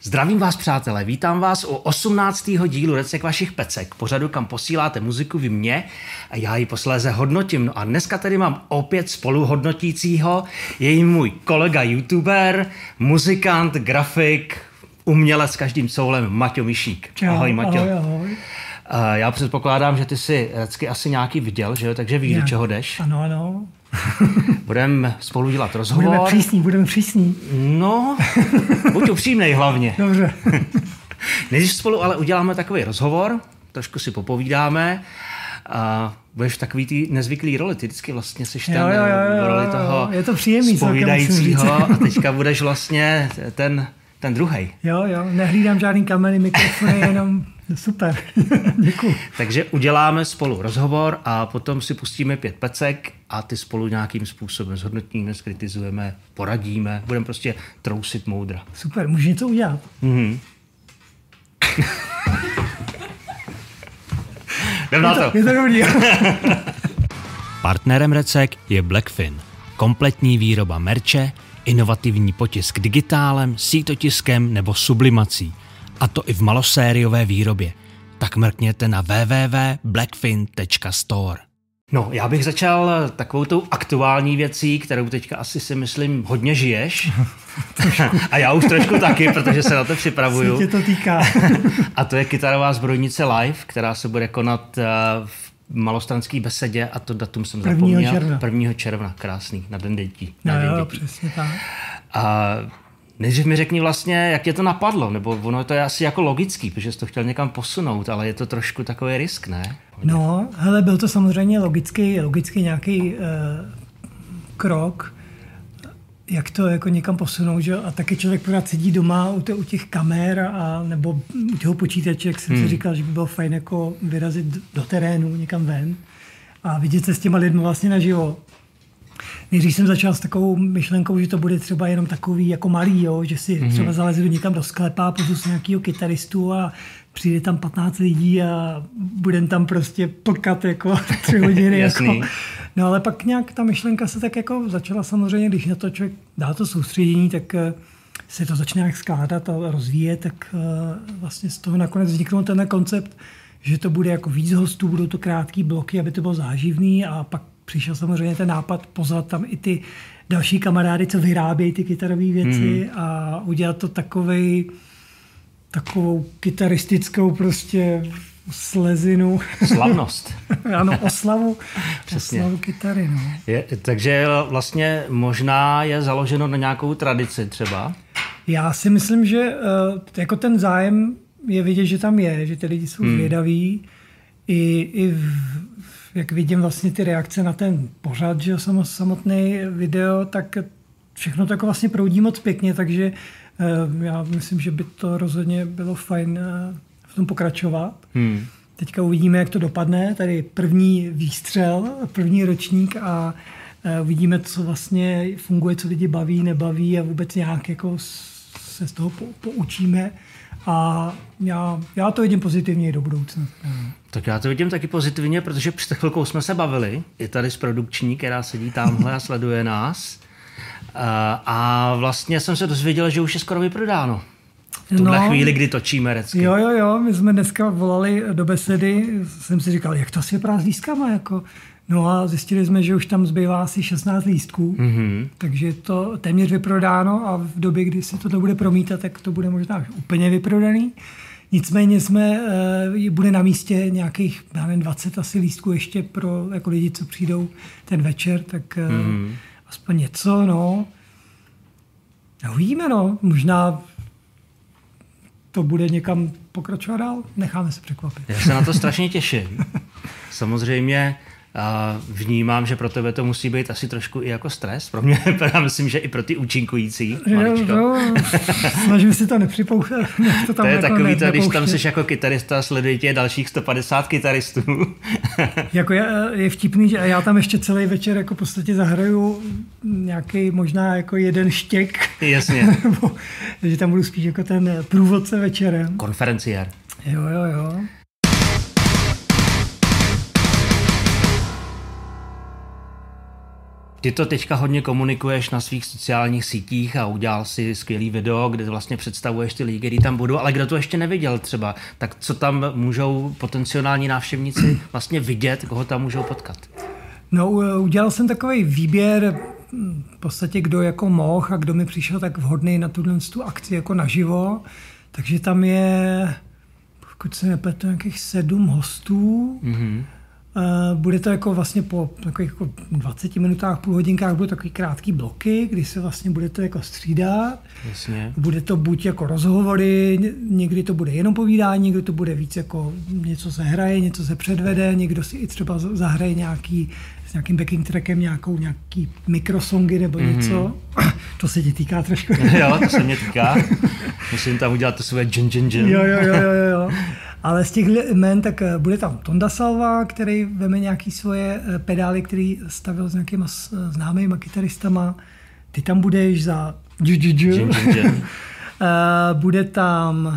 Zdravím vás, přátelé, vítám vás u 18. dílu Recek vašich pecek, pořadu, kam posíláte muziku vy mě a já ji posléze hodnotím. No a dneska tady mám opět spoluhodnotícího, je jim můj kolega youtuber, muzikant, grafik, umělec s každým soulem, Maťo Mišík. Čau, ahoj, Maťo. Ahoj. Já předpokládám, že ty si Recky asi nějaký viděl, že jo? Takže víš, do čeho jdeš. Ano. Budeme spolu dělat rozhovor. Budeme přísní. No, buď upřímnej hlavně. Dobře. Než spolu ale uděláme takový rozhovor, trošku si popovídáme a budeš v takový ty nezvyklý roli. Ty vždycky vlastně seš ten v roli toho je to příjemný, zpovídajícího a teďka budeš vlastně ten druhej. Jo, nehlídám žádný kamery, mikrofony, jenom super. Děkuju. Takže uděláme spolu rozhovor a potom si pustíme 5 pecek a ty spolu nějakým způsobem zhodnotíme, skritizujeme, poradíme, budeme prostě trousit moudra. Super, můžeš něco udělat? Mhm. Jdem na to. Je to dobrý. Partnerem Recek je Blackfin. Kompletní výroba merče, inovativní potisk digitálem, sítotiskem nebo sublimací. A to i v malosériové výrobě. Tak mrkněte na www.blackfin.store. No, já bych začal takovou tou aktuální věcí, kterou teďka asi si myslím hodně žiješ. A já už trošku taky, protože se na to připravuju. Se tě to týká. A to je kytarová zbrojnice live, která se bude konat v Malostranské besedě a to datum jsem zapomněl. 1. června, krásný, na den dětí. Jo, přesně tak. A nejdřív mi řekni vlastně, jak tě to napadlo, nebo ono to je asi jako logický, protože jsi to chtěl někam posunout, ale je to trošku takový risk, ne? No, hele, byl to samozřejmě logický nějaký krok, jak to jako někam posunout, že? A taky člověk pořád sedí doma u těch kamer a nebo u toho počítače, jak jsem si říkal, že by bylo fajn jako vyrazit do terénu, někam ven a vidět se s těma lidmi vlastně naživo. Nejdřív jsem začal s takovou myšlenkou, že to bude třeba jenom takový jako malý, jo? Že si třeba zalezu někam do sklepa, pozvu si nějakýho kytaristu a přijde tam 15 lidí a budem tam prostě plkat jako 3 hodiny. Jako. No ale pak nějak ta myšlenka se tak jako začala samozřejmě, když na to člověk dá to soustředění, tak se to začne nějak skládat a rozvíjet, tak vlastně z toho nakonec vzniknul ten koncept, že to bude jako víc hostů, budou to krátký bloky, aby to bylo záživný a pak přišel samozřejmě ten nápad pozvat tam i ty další kamarády, co vyrábějí ty kytarové věci a udělat to takovou kytaristickou prostě slezinu. Slavnost. Ano, oslavu kytary. No. Takže vlastně možná je založeno na nějakou tradici třeba? Já si myslím, že jako ten zájem je vidět, že tam je, že ty lidi jsou zvědaví. Jak vidím vlastně ty reakce na ten pořad, že samotný video, tak všechno to jako vlastně proudí moc pěkně, takže já myslím, že by to rozhodně bylo fajn v tom pokračovat. Teďka uvidíme, jak to dopadne. Tady první výstřel, první ročník a uvidíme, co vlastně funguje, co lidi baví, nebaví a vůbec nějak jako se z toho poučíme. A já to vidím pozitivně i do budoucna. Tak já to vidím taky pozitivně, protože před chvilkou jsme se bavili. Je tady z produkční, která sedí tamhle a sleduje nás. A vlastně jsem se dozvěděl, že už je skoro vyprodáno. V tuhle chvíli, kdy točíme Recky. Jo, my jsme dneska volali do besedy. Jsem si říkal, jak to asi vypadá s lístkama, jako. No a zjistili jsme, že už tam zbývá asi 16 lístků, takže je to téměř vyprodáno a v době, kdy se to bude promítat, tak to bude možná úplně vyprodaný. Nicméně bude na místě nějakých 20 asi lístků ještě pro jako lidi, co přijdou ten večer, tak aspoň něco, no. Uvidíme, no. Možná to bude někam pokračovat dál, necháme se překvapit. Já se na to strašně těším. Samozřejmě vnímám, že pro tebe to musí být asi trošku i jako stres. Pro mě, já myslím, že i pro ty účinkující. Snažím si to nepřipouštět. To je jako takový to, když tam jsi jako kytarista, sleduje tě dalších 150 kytaristů. Jako je vtipný, že já tam ještě celý večer jako v podstatě zahraju nějaký možná jako jeden štěk. Jasně. Takže tam budu spíš jako ten průvodce večerem. Konferenciér. Jo. Ty to teďka hodně komunikuješ na svých sociálních sítích a udělal si skvělý video, kde vlastně představuješ ty lidi, kteří tam budou, ale kdo to ještě neviděl třeba, tak co tam můžou potenciální návštěvníci vlastně vidět, koho tam můžou potkat? No, udělal jsem takový výběr, v podstatě kdo jako mohl a kdo mi přišel tak vhodný na tu akci jako naživo. Takže tam je, pokud se nepletu, nějakých 7 hostů. Mm-hmm. Bude to jako vlastně po takových jako 20 minutách, půl hodinkách, budou takový krátký bloky, kdy se vlastně budete jako střídat. Jasně. Bude to buď jako rozhovory, někdy to bude jenom povídání, někdy to bude víc jako něco se hraje, něco se předvede, někdo si i třeba zahraje s nějakým backing trackem nějaký mikrosongy nebo něco. To se ti týká trošku. Jo, to se mě týká. Musím tam udělat to své džin. Jo. Ale z těch jmen, tak bude tam Tonda Salva, který veme nějaký svoje pedály, který stavil s nějakýma známýma kytaristama. Ty tam budeš za Džin. Bude tam,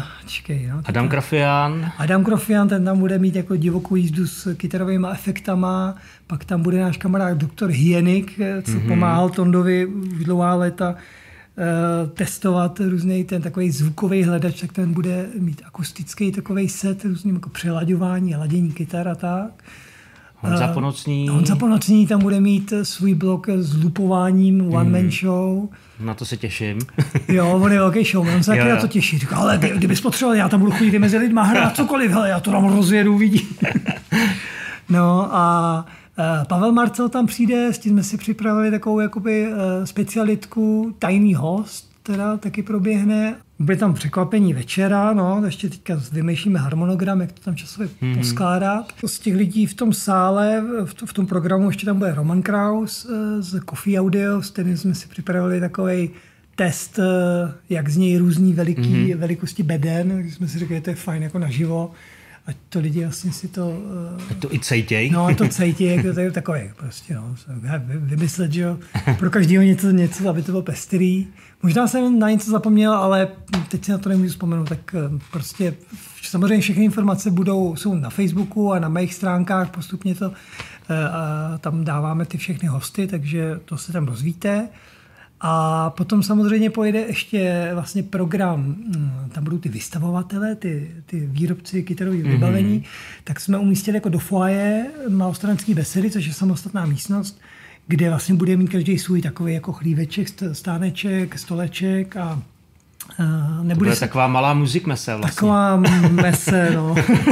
Adam Krofian, ten tam bude mít jako divokou jízdu s kytarovými efektama. Pak tam bude náš kamarád doktor Hienik, co pomáhal Tondovi už dlouhá léta testovat různý ten takový zvukový hledač, tak ten bude mít akustický takový set, různým jako přelaďování a ladění kytar a tak. Honza Ponocný tam bude mít svůj blok s lupováním One Man Show. Na to se těším. Jo, on je velký showman, on se taky na to těší. Říká, ale kdybys potřeboval, já tam budu chodit mezi lidma hrát cokoliv, hele, já to tam rozjedu, uvidí. No a Pavel Marcel tam přijde, s tím jsme si připravili takovou jakoby specialitku, tajný host, teda taky proběhne. Bude tam překvapení večera, no, ještě teďka vymýšlíme harmonogram, jak to tam časově poskládat. Z těch lidí v tom sále, v tom programu ještě tam bude Roman Kraus z Coffee Audio, s kterým jsme si připravili takovej test, jak znějí různý velikosti beden, když jsme si řekli, že to je fajn jako naživo. Ať to lidi vlastně si to... Ať to i cejtěj. No, ať to cejtěj, to je takové prostě, no. Vymyslet, že jo, pro každého něco, aby to bylo pestrý. Možná jsem na něco zapomněl, ale teď si na to nemůžu vzpomenout, tak prostě samozřejmě všechny informace jsou na Facebooku a na mých stránkách, postupně to tam dáváme ty všechny hosty, takže to se tam dozvíte. A potom samozřejmě pojede ještě vlastně program, tam budou ty vystavovatele, ty výrobci kytarových vybavení, tak jsme umístili jako do foaje Malostranské besedy, což je samostatná místnost, kde vlastně bude mít každý svůj takový jako chlíveček, stáneček, stoleček a nebude... To je taková malá muzik mese vlastně. Taková mese, no.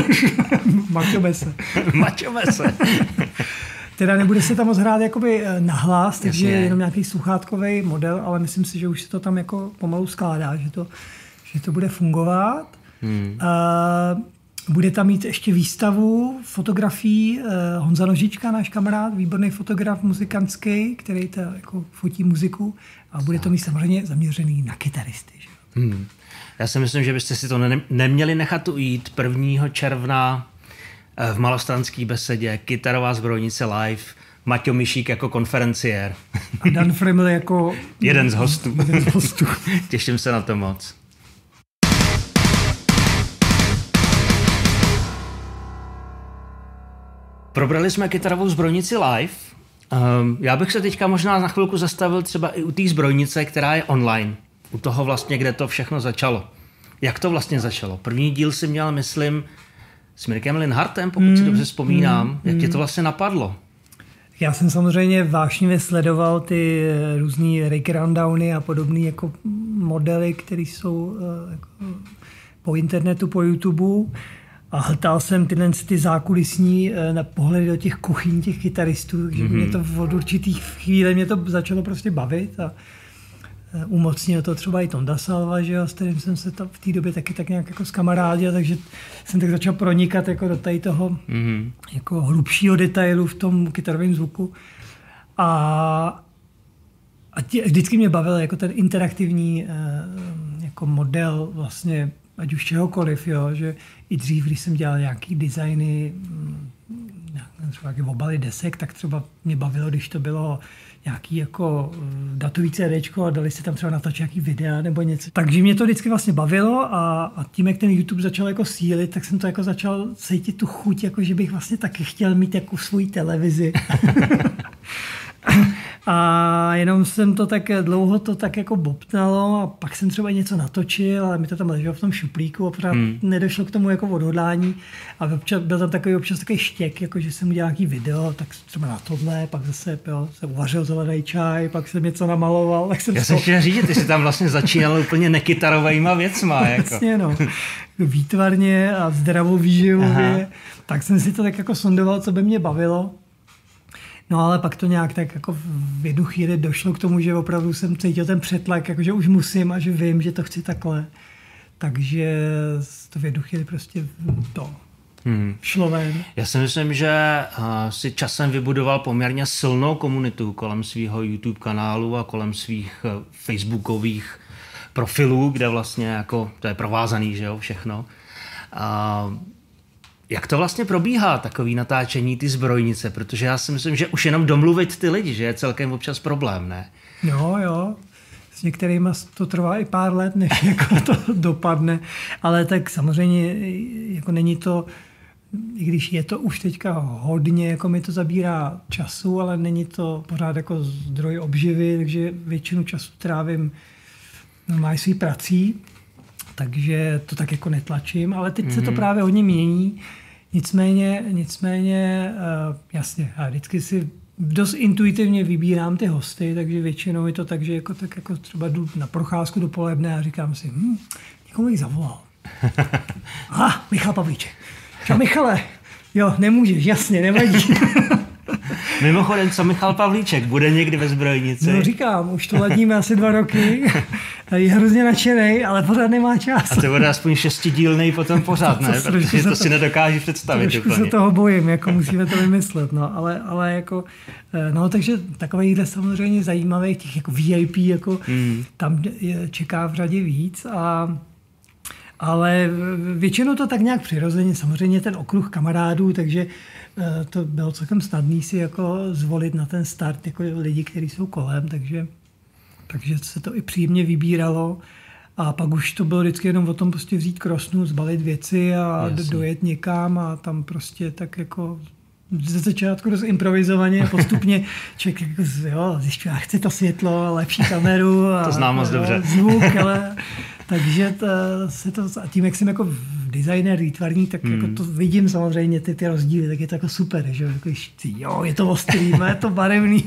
Mačo mese. Teda nebude se tam moc hrát jakoby nahlas, takže je jenom nějaký sluchátkový model, ale myslím si, že už se to tam jako pomalu skládá, že to bude fungovat. Bude tam mít ještě výstavu fotografií Honza Nožička, náš kamarád, výborný fotograf muzikantský, který to jako fotí muziku a bude to mít samozřejmě zaměřený na kytaristy. Že? Já si myslím, že byste si to neměli nechat ujít 1. června v Malostranské besedě, kytarová zbrojnice live, Maťo Mišík jako konferenciér. A Dan Freml jako... jeden z hostů. Těším se na to moc. Probrali jsme kytarovou zbrojnici live. Já bych se teďka možná na chvilku zastavil třeba i u té zbrojnice, která je online. U toho vlastně, kde to všechno začalo. Jak to vlastně začalo? První díl si měl, myslím, s Mirkem Linhartem, pokud si dobře vzpomínám. Jak tě to vlastně napadlo? Já jsem samozřejmě vášnivě sledoval ty různý Rick Rundowny a podobné jako modely, které jsou jako po internetu, po YouTube. A hltal jsem ty zákulisní na pohledy do těch kuchyň těch kytaristů, takže mě to od určitých chvíle mě to začalo prostě bavit a umocnil to třeba i Tonda Salva, že jo, s kterým jsem se v té době taky tak nějak jako zkamarádil, takže jsem tak začal pronikat jako do tady toho jako hlubšího detailu v tom kytarovém zvuku. A vždycky mě bavil jako ten interaktivní jako model vlastně ať už čehokoliv, jo, že i dřív, když jsem dělal nějaký designy, třeba nějaké obaly desek, tak třeba mě bavilo, když to bylo nějaký jako datový CDčko a dali se tam třeba natočit nějaký videa nebo něco. Takže mě to vždycky vlastně bavilo a tím, jak ten YouTube začal jako sílit, tak jsem to jako začal cítit tu chuť, jako že bych vlastně taky chtěl mít jako svou televizi. A jenom jsem to tak dlouho to tak jako bobtnalo a pak jsem třeba něco natočil, ale mi to tam leželo v tom šuplíku a pořád nedošlo k tomu jako odhodlání. A byl tam občas takový štěk, jako že jsem udělal nějaký video, tak třeba na tohle, pak zase se uvařil zelený čaj, pak jsem něco namaloval. Tak Já jsem chtěl říct, ty jsi tam vlastně začínal úplně nekytarovejma věcma. Jako. Vlastně, no. Výtvarně a zdravou výživově. Tak jsem si to tak jako sondoval, co by mě bavilo. No ale pak to nějak tak jako v jednu chvíli došlo k tomu, že opravdu jsem cítil ten přetlak, jako že už musím a že vím, že to chci takhle. Takže to v jednu chvíli prostě to šlo ven. Já si myslím, že si časem vybudoval poměrně silnou komunitu kolem svého YouTube kanálu a kolem svých facebookových profilů, kde vlastně jako to je provázaný, že jo, všechno. Jak to vlastně probíhá, takový natáčení ty zbrojnice? Protože já si myslím, že už jenom domluvit ty lidi, že je celkem občas problém, ne? Jo. S některými to trvá i pár let, než jako to dopadne. Ale tak samozřejmě jako není to, i když je to už teďka hodně, jako mi to zabírá času, ale není to pořád jako zdroj obživy, takže většinu času trávím normálně svý prací. Takže to tak jako netlačím, ale teď se to právě hodně mění. Nicméně jasně, a vždycky si dost intuitivně vybírám ty hosty, takže většinou je to tak, že jako třeba jdu na procházku dopoledne a říkám si, někomu jich zavolal. Michal Pavlíček. Čau Michale. Jo, nemůžeš, jasně, nevadí. Mimochodem, co Michal Pavlíček? Bude někdy ve zbrojnici? No říkám, už to ladíme asi 2 roky. Je hrozně nadšenej, ale pořád nemá čas. A to bude aspoň 6dílnej potom pořád, ne? Protože to si nedokážu představit. Trošku se toho bojím, jako musíme to vymyslet. No, ale jako, no takže takovýchhle samozřejmě zajímavých, těch jako VIP, jako tam čeká v řadě víc ale většinou to tak nějak přirozeně, samozřejmě ten okruh kamarádů, takže to bylo celkem snadný si jako zvolit na ten start jako lidi, kteří jsou kolem, takže se to i příjemně vybíralo a pak už to bylo vždycky jenom o tom prostě vzít krosnu, zbalit věci a dojet někam a tam prostě tak jako ze začátku dost improvizovaně a postupně člověk jako, zjišťuje, chce to světlo, lepší kameru a to znám moc dobře. Zvuk, ale takže a tím, jak jsem jako designer, výtvarník, tak jako to vidím samozřejmě ty rozdíly, tak je to jako super, že jako, je to ostrý, je to barevný.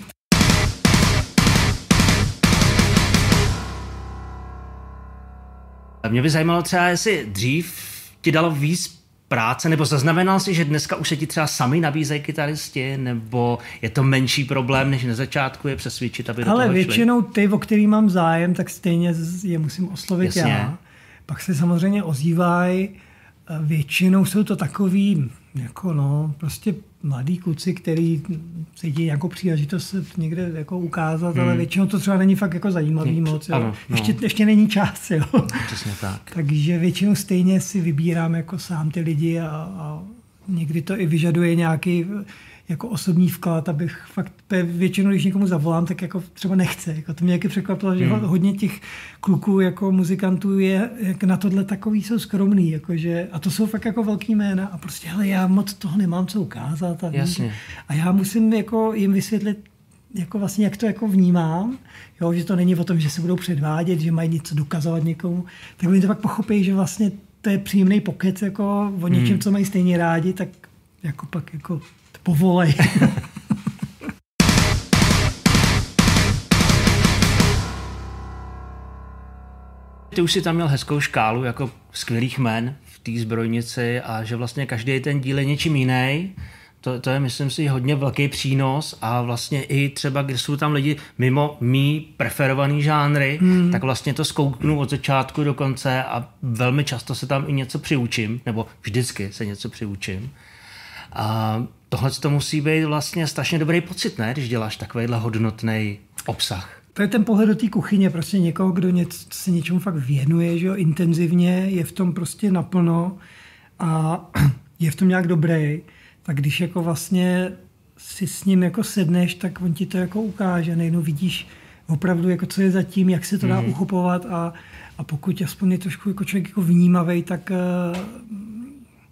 Mě by zajímalo třeba, jestli dřív ti dalo víc práce, nebo zaznamenal jsi, že dneska už se ti třeba sami nabízejí kytaristi, nebo je to menší problém, než na začátku je přesvědčit, aby do toho šli? Ale většinou ty, o který mám zájem, tak stejně je musím oslovit já. Pak se samozřejmě ozývají. Většinou jsou to takový, jako prostě mladí kluci, který cítí nějakou příležitost někde jako ukázat, ale většinou to třeba není fakt jako zajímavý moc. Ano, ještě není čas. Jo. Přesně tak. Takže většinou stejně si vybírám jako sám ty lidi a někdy to i vyžaduje nějaký jako osobní vklad, abych fakt většinou, když někomu zavolám, tak jako třeba nechce. Jako to mě taky překvapilo, že hodně těch kluků jako muzikantů je jak na tohle takový jsou skromný, jakože, a to jsou fakt jako velký jména a prostě hele, já moc toho nemám co ukázat a já musím jako jim vysvětlit jako vlastně, jak to jako vnímám, jo, že to není o tom, že se budou předvádět, že mají něco dokazovat někomu, tak oni to pak pochopí, že vlastně to je příjemný pokec jako o něčem, co mají stejně rádi, tak jako pak jako povolej. Ty už si tam měl hezkou škálu jako skvělých jmen v té zbrojnici a že vlastně každý ten díl je něčím jiný. To je, myslím si, hodně velký přínos a vlastně i třeba, když jsou tam lidi mimo mý preferovaný žánry, tak vlastně to zkouknu od začátku do konce a velmi často se tam i něco přiučím, nebo vždycky se něco přiučím. A tohle to musí být vlastně strašně dobrý pocit, ne? Když děláš takovýhle hodnotný obsah. To je ten pohled do té kuchyně, prostě někoho, kdo se něčemu fakt věnuje, že jo, intenzivně, je v tom prostě naplno a je v tom nějak dobrý. Tak když jako vlastně si s ním jako sedneš, tak on ti to jako ukáže, nejenom vidíš opravdu, jako co je zatím, jak se to dá uchopovat a pokud aspoň je trošku jako člověk jako vnímavý, tak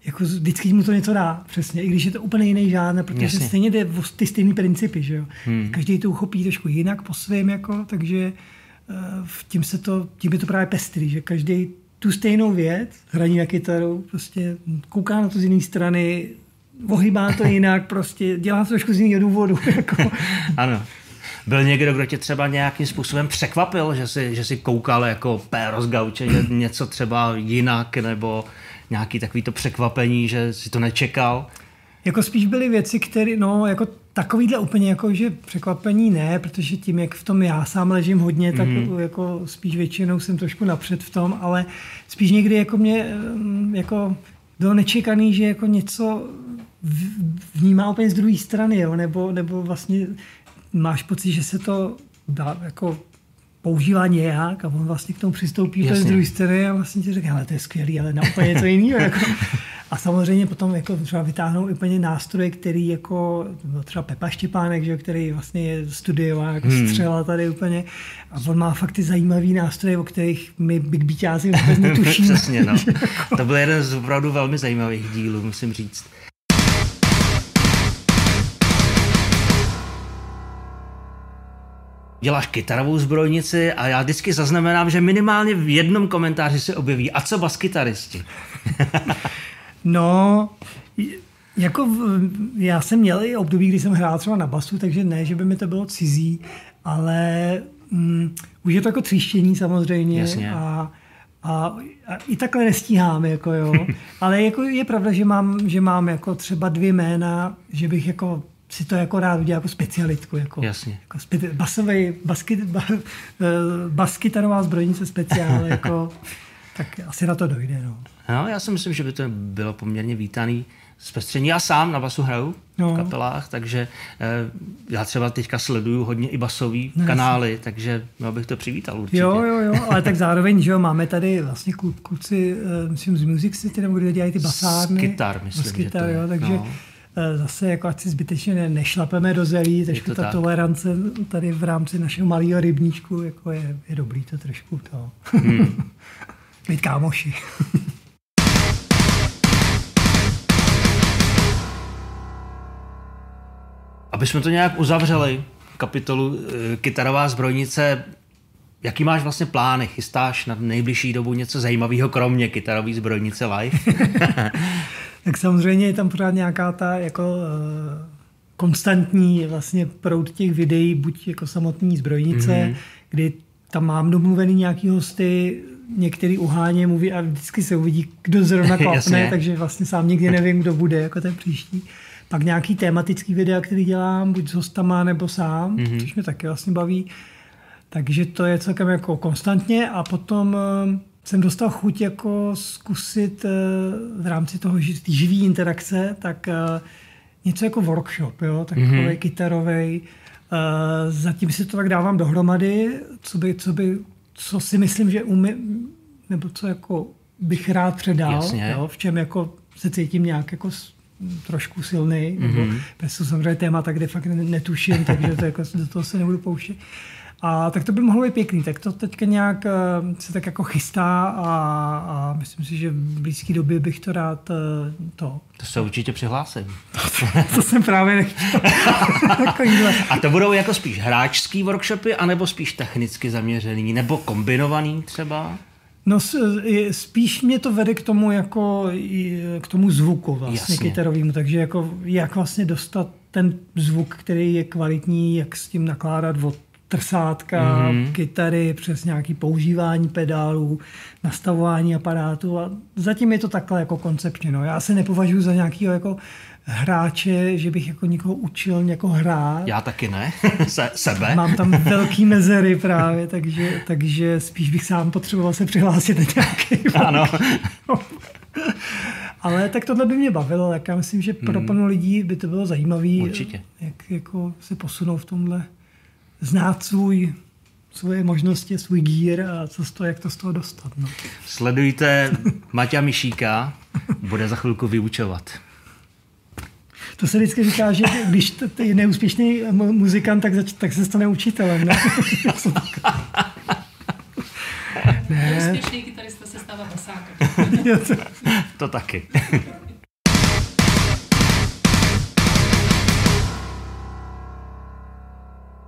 jako vždycky mu to něco dá, přesně, i když je to úplně jiný žánr, protože Jasně. stejně jde o ty stejné principy, že jo. Každý to uchopí trošku jinak po svém, jako, takže tím je to právě pestrý, že každý tu stejnou věc, hraní na kytaru, prostě kouká na to z jiné strany, ohýbá to jinak, prostě dělá to trošku z jiného důvodu. Jako. Ano. Byl někdo, kdo tě třeba nějakým způsobem překvapil, že jsi koukal jako péro z gauče, že něco třeba jinak, nebo nějaký takovýto překvapení, že si to nečekal? Jako spíš byly věci, které, no, jako takovýhle úplně, jako, že překvapení ne, protože tím, jak v tom já sám ležím hodně, tak jako spíš většinou jsem trošku napřed v tom, ale spíš někdy jako mě jako bylo nečekaný, že jako něco vnímá úplně z druhé strany, jo, nebo vlastně máš pocit, že se to dá jako používá nějak a on vlastně k tomu přistoupí z druhé strany a vlastně ti řekne, ale to je skvělý, ale na úplně něco jiného. Jako. A samozřejmě potom jako třeba vytáhnou úplně nástroje, který jako třeba Pepa Štěpánek, že, který vlastně je studiová jako střela tady úplně a on má fakt ty zajímavý nástroje, o kterých my big beatáci vůbec netušíme. Přesně, no. To byl jeden z opravdu velmi zajímavých dílů, musím říct. Děláš kytarovou zbrojnici a já vždycky zaznamenám, že minimálně v jednom komentáři se objeví a co baskytaristi? No, jako já jsem měl i období, kdy jsem hrál třeba na basu, takže ne, že by mi to bylo cizí, ale už je to jako tříštění samozřejmě. Jasně. A i takhle nestíhám, jako jo. Ale jako je pravda, že mám jako třeba 2 jména, že bych jako si to jako rád udělal jako specialitku. Jako, jasně. Jako baskytarová zbrojnice speciál, jako, tak asi na to dojde. No, já si myslím, že by to bylo poměrně vítaný zpestření. Já sám na basu hraju v kapelách, takže já třeba teďka sleduju hodně i basový kanály, takže bych to přivítal určitě. Jo, ale tak zároveň, že jo, máme tady vlastně kluci, myslím z Music City, nebo kde dělají ty basárny. Skytar, myslím, že to je. Jo, takže zase jako ať si zbytečně nešlapeme do zelí, trošku ta tolerance tady v rámci našeho malého rybníčku jako je dobrý to trošku to. Být kámoši. Aby jsme to nějak uzavřeli, kapitolu Kytarová zbrojnice, jaký máš vlastně plány? Chystáš na nejbližší dobu něco zajímavého, kromě Kytarové zbrojnice live? Tak samozřejmě je tam pořád nějaká ta jako konstantní vlastně proud těch videí, buď jako samotný zbrojnice, kdy tam mám domluvený nějaký hosty, některý uháně mluví a vždycky se uvidí, kdo zrovna klapne, takže vlastně sám nikdy nevím, kdo bude jako ten příští. Pak nějaký tematický videa, který dělám, buď s hostama nebo sám, což mě taky vlastně baví. Takže to je celkem jako konstantně a potom jsem dostal chuť jako zkusit v rámci toho živý interakce, tak něco jako workshop, jo, takový kytarovej. Zatím si to tak dávám dohromady, co si myslím, že umím, nebo co jako bych rád předal, jo, v čem jako se cítím nějak jako trošku silný, nebo jsou samozřejmě témata, kde fakt netuším, takže to jako, do toho se nebudu pouštět. A tak to by mohlo být pěkný, tak to teďka nějak se tak jako chystá a myslím si, že v blízké době bych to rád To se určitě přihlásím. To jsem právě nechtěl. A to budou jako spíš hráčský workshopy, anebo spíš technicky zaměřený, nebo kombinovaný třeba? No spíš mě to vede k tomu jako k tomu zvuku vlastně kytarovému, takže jako jak vlastně dostat ten zvuk, který je kvalitní, jak s tím nakládat od trsátka, kytary, přes nějaké používání pedálů, nastavování aparátu a zatím je to takhle jako koncepčně. No. Já se nepovažuji za nějakého jako hráče, že bych jako někoho učil někoho hrát. Já taky ne, sebe. Mám tam velký mezery právě, takže spíš bych sám potřeboval se přihlásit na nějaký. Ano. Ale tak tohle by mě bavilo, tak já myslím, že pro plno lidí by to bylo zajímavé, jak jako se posunou v tomhle, znát svoje možnosti, svůj gír a jak to z toho dostat. No. Sledujte Maťa Mišíka, bude za chvilku vyučovat. To se vždycky říká, že když je neúspěšný muzikant, tak se stane učitelem. Ne? Neúspěšný kytarista se stává basákem. To taky.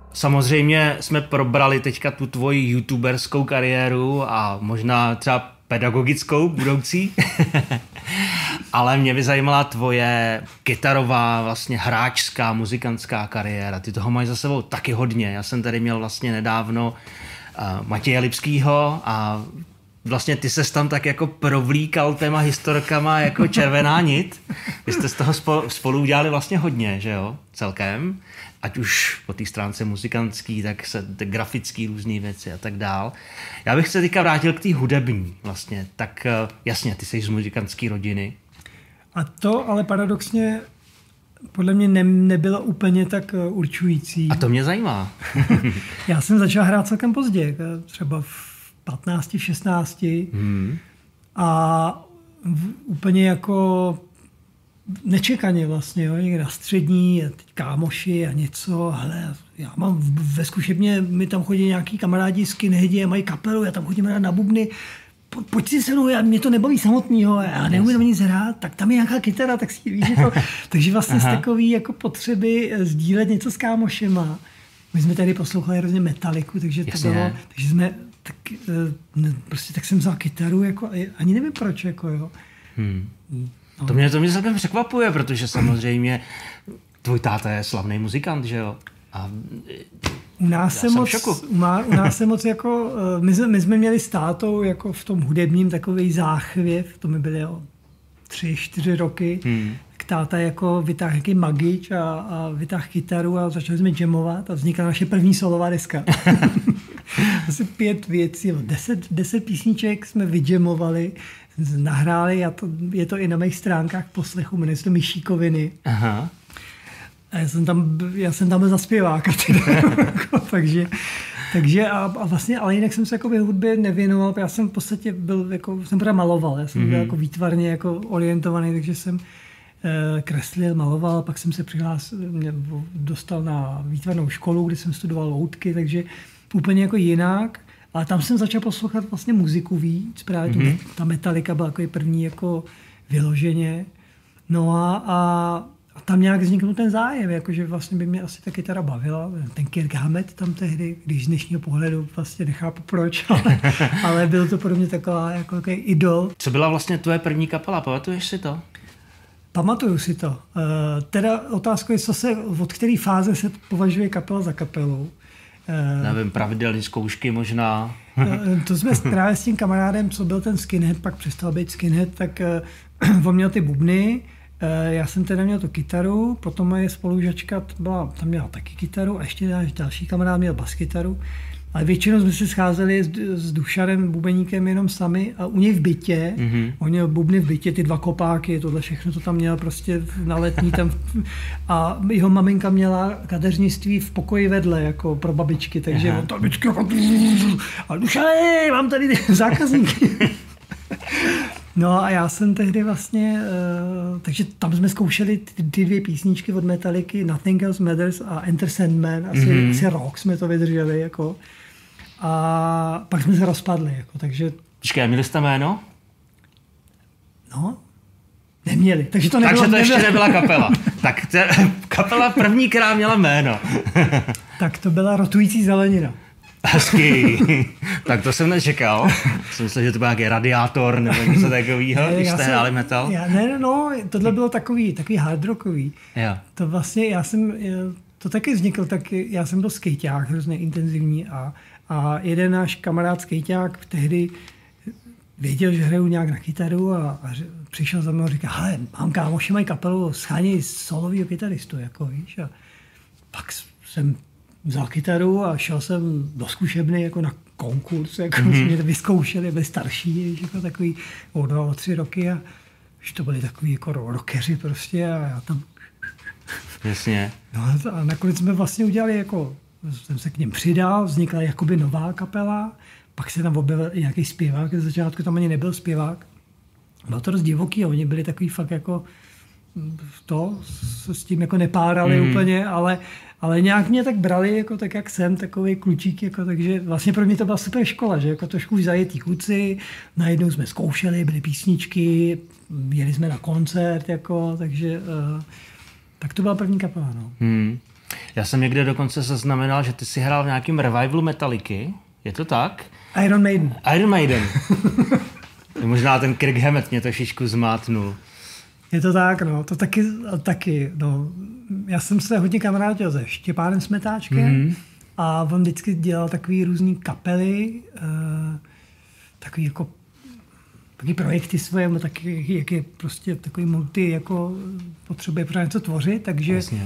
Samozřejmě jsme probrali teďka tu tvoji youtuberskou kariéru a možná třeba pedagogickou budoucí, ale mě by zajímala tvoje kytarová, vlastně hráčská, muzikantská kariéra. Ty toho máš za sebou taky hodně. Já jsem tady měl vlastně nedávno Matěje Lipskýho a vlastně ty ses tam tak jako provlíkal téma historkama jako červená nit. Vy jste z toho spolu udělali vlastně hodně, že jo, celkem. Ať už po té stránce muzikantský, tak se grafický různé věci a tak dál. Já bych se teďka vrátil k té hudební vlastně. Tak jasně, ty jsi z muzikantské rodiny. A to ale paradoxně podle mě nebylo úplně tak určující. A to mě zajímá. Já jsem začal hrát celkem pozdě, třeba v 15, 16. A úplně jako nečekaně vlastně, jo, někde na střední, a teď kámoši a něco, hele, já mám ve zkušebně, mi tam chodí nějaký kamarádi skinheadi a mají kapelu, já tam chodím hrát na bubny, pojď si se mnou, mě to nebaví samotnýho, já neumím nic hrát, tak tam je nějaká kytara, tak si víš, jako, takže vlastně z takový jako potřeby sdílet něco s kámošema. My jsme tady poslouchali hrozně Metaliku, takže to bylo, takže jsme prostě tak jsem vzal kytaru, jako, ani nevím proč, jako jo. No. To mě celkem překvapuje, protože samozřejmě tvůj táta je slavný muzikant, že jo? A u nás se moc jako, my jsme měli s tátou jako v tom hudebním takovej záchvěv, to mi byly 3-4 roky, tak táta jako vytáhl nějaký magič a vytáhl kytaru a začali jsme jamovat a vznikla naše první solová deska. Asi 5 věcí, 10 písniček jsme vyjamovali, nahráli a je to i na mých stránkách poslechu, jmenuje se to Myšíkoviny. Aha. A já jsem tam byl za zpěváka. takže a vlastně, ale jinak jsem se jako hudbě nevěnoval, já jsem v podstatě byl, jako, jsem právě maloval, já jsem byl jako výtvarně jako orientovaný, takže jsem kreslil, maloval, pak jsem se dostal na výtvarnou školu, kde jsem studoval loutky, takže úplně jako jinak. Ale tam jsem začal poslouchat vlastně muziku víc, právě ta Metallica byla jako první jako vyloženě. No a tam nějak vzniknul ten zájem, jakože vlastně by mě asi ta kytara bavila. Ten Kirk Hammett tam tehdy, když z dnešního pohledu vlastně nechápu proč, ale byl to pro mě taková jako idol. Co byla vlastně tvoje první kapela, pamatuješ si to? Pamatuju si to. Teda otázka je, od které fáze se považuje kapela za kapelu. Nevím, pravidelné zkoušky možná. To jsme právě s tím kamarádem, co byl ten skinhead, pak přestal být skinhead, tak on měl ty bubny, já jsem teda měl tu kytaru, potom moje spolužačka tam měla taky kytaru a ještě další kamarád měl baskytaru. Ale většinou jsme se scházeli s Dušanem, bubeníkem jenom sami a u něj v bytě, on měl bubny v bytě, ty 2 kopáky, tohle všechno to tam měl prostě na letní tam a jeho maminka měla kadeřnictví v pokoji vedle, jako pro babičky, takže on tam vždycky jako a Dušane, mám tady zákazníky. No a já jsem tehdy vlastně, takže tam jsme zkoušeli ty 2 písničky od Metalliky, Nothing Else Matters a Enter Sandman, asi rok jsme to vydrželi, jako. A pak jsme se rozpadli, jako, takže... Počkej, měli jste jméno? No, neměli, takže to nebylo... Takže to ještě nebyla kapela. Tak kapela první, která měla jméno. Tak to byla Rotující zelenina. Hezky. Tak to jsem nečekal. Jsem myslel, že to byl nějaký radiátor nebo něco takového, když jste hráli metal. Tohle bylo takový hard rockový. To vlastně, to taky vzniklo, já jsem byl skejťák hrozně intenzivní a jeden náš kamarád skejťák tehdy věděl, že hraju nějak na kytaru a přišel za mnou a říkal, hele, mám kámoši, mají kapelu, schání solovýho kytaristu, jako víš. A pak jsem vzal kytaru a šel jsem do zkušebny jako na konkurs, jako jsme to vyzkoušeli, byli starší, víš, jako takový o 2, o 3 roky a už to byli takový jako rockeři prostě a já tam... Jasně. No a nakonec jsme vlastně udělali jako, jsem se k něm přidal, vznikla jakoby nová kapela, pak se tam objevil i nějaký zpěvák, ze začátku tam ani nebyl zpěvák. Bylo to dost divoký a oni byli takový fakt jako s tím jako nepárali úplně, ale nějak mě tak brali, jako tak jak jsem, takový klučík, jako, takže vlastně pro mě to byla super škola, že jako trošku už zajetí kluci, najednou jsme zkoušeli, byly písničky, jeli jsme na koncert, jako, takže tak to byla první kapela. No. Já jsem někde dokonce zaznamenal, že ty si hrál v nějakém revivalu Metalliky. Je to tak? Iron Maiden. Iron Maiden. Možná ten Kirk Hammett mě trošičku zmátnul. Je to tak, no. To taky, no. Já jsem se hodně kamarádil se Štěpánem Smetáčkem a on vždycky dělal takový různý kapely, takový jako taky projekty svoje, taky, jak je prostě takový multi, jako potřebuje pro něco tvořit, takže Jasně.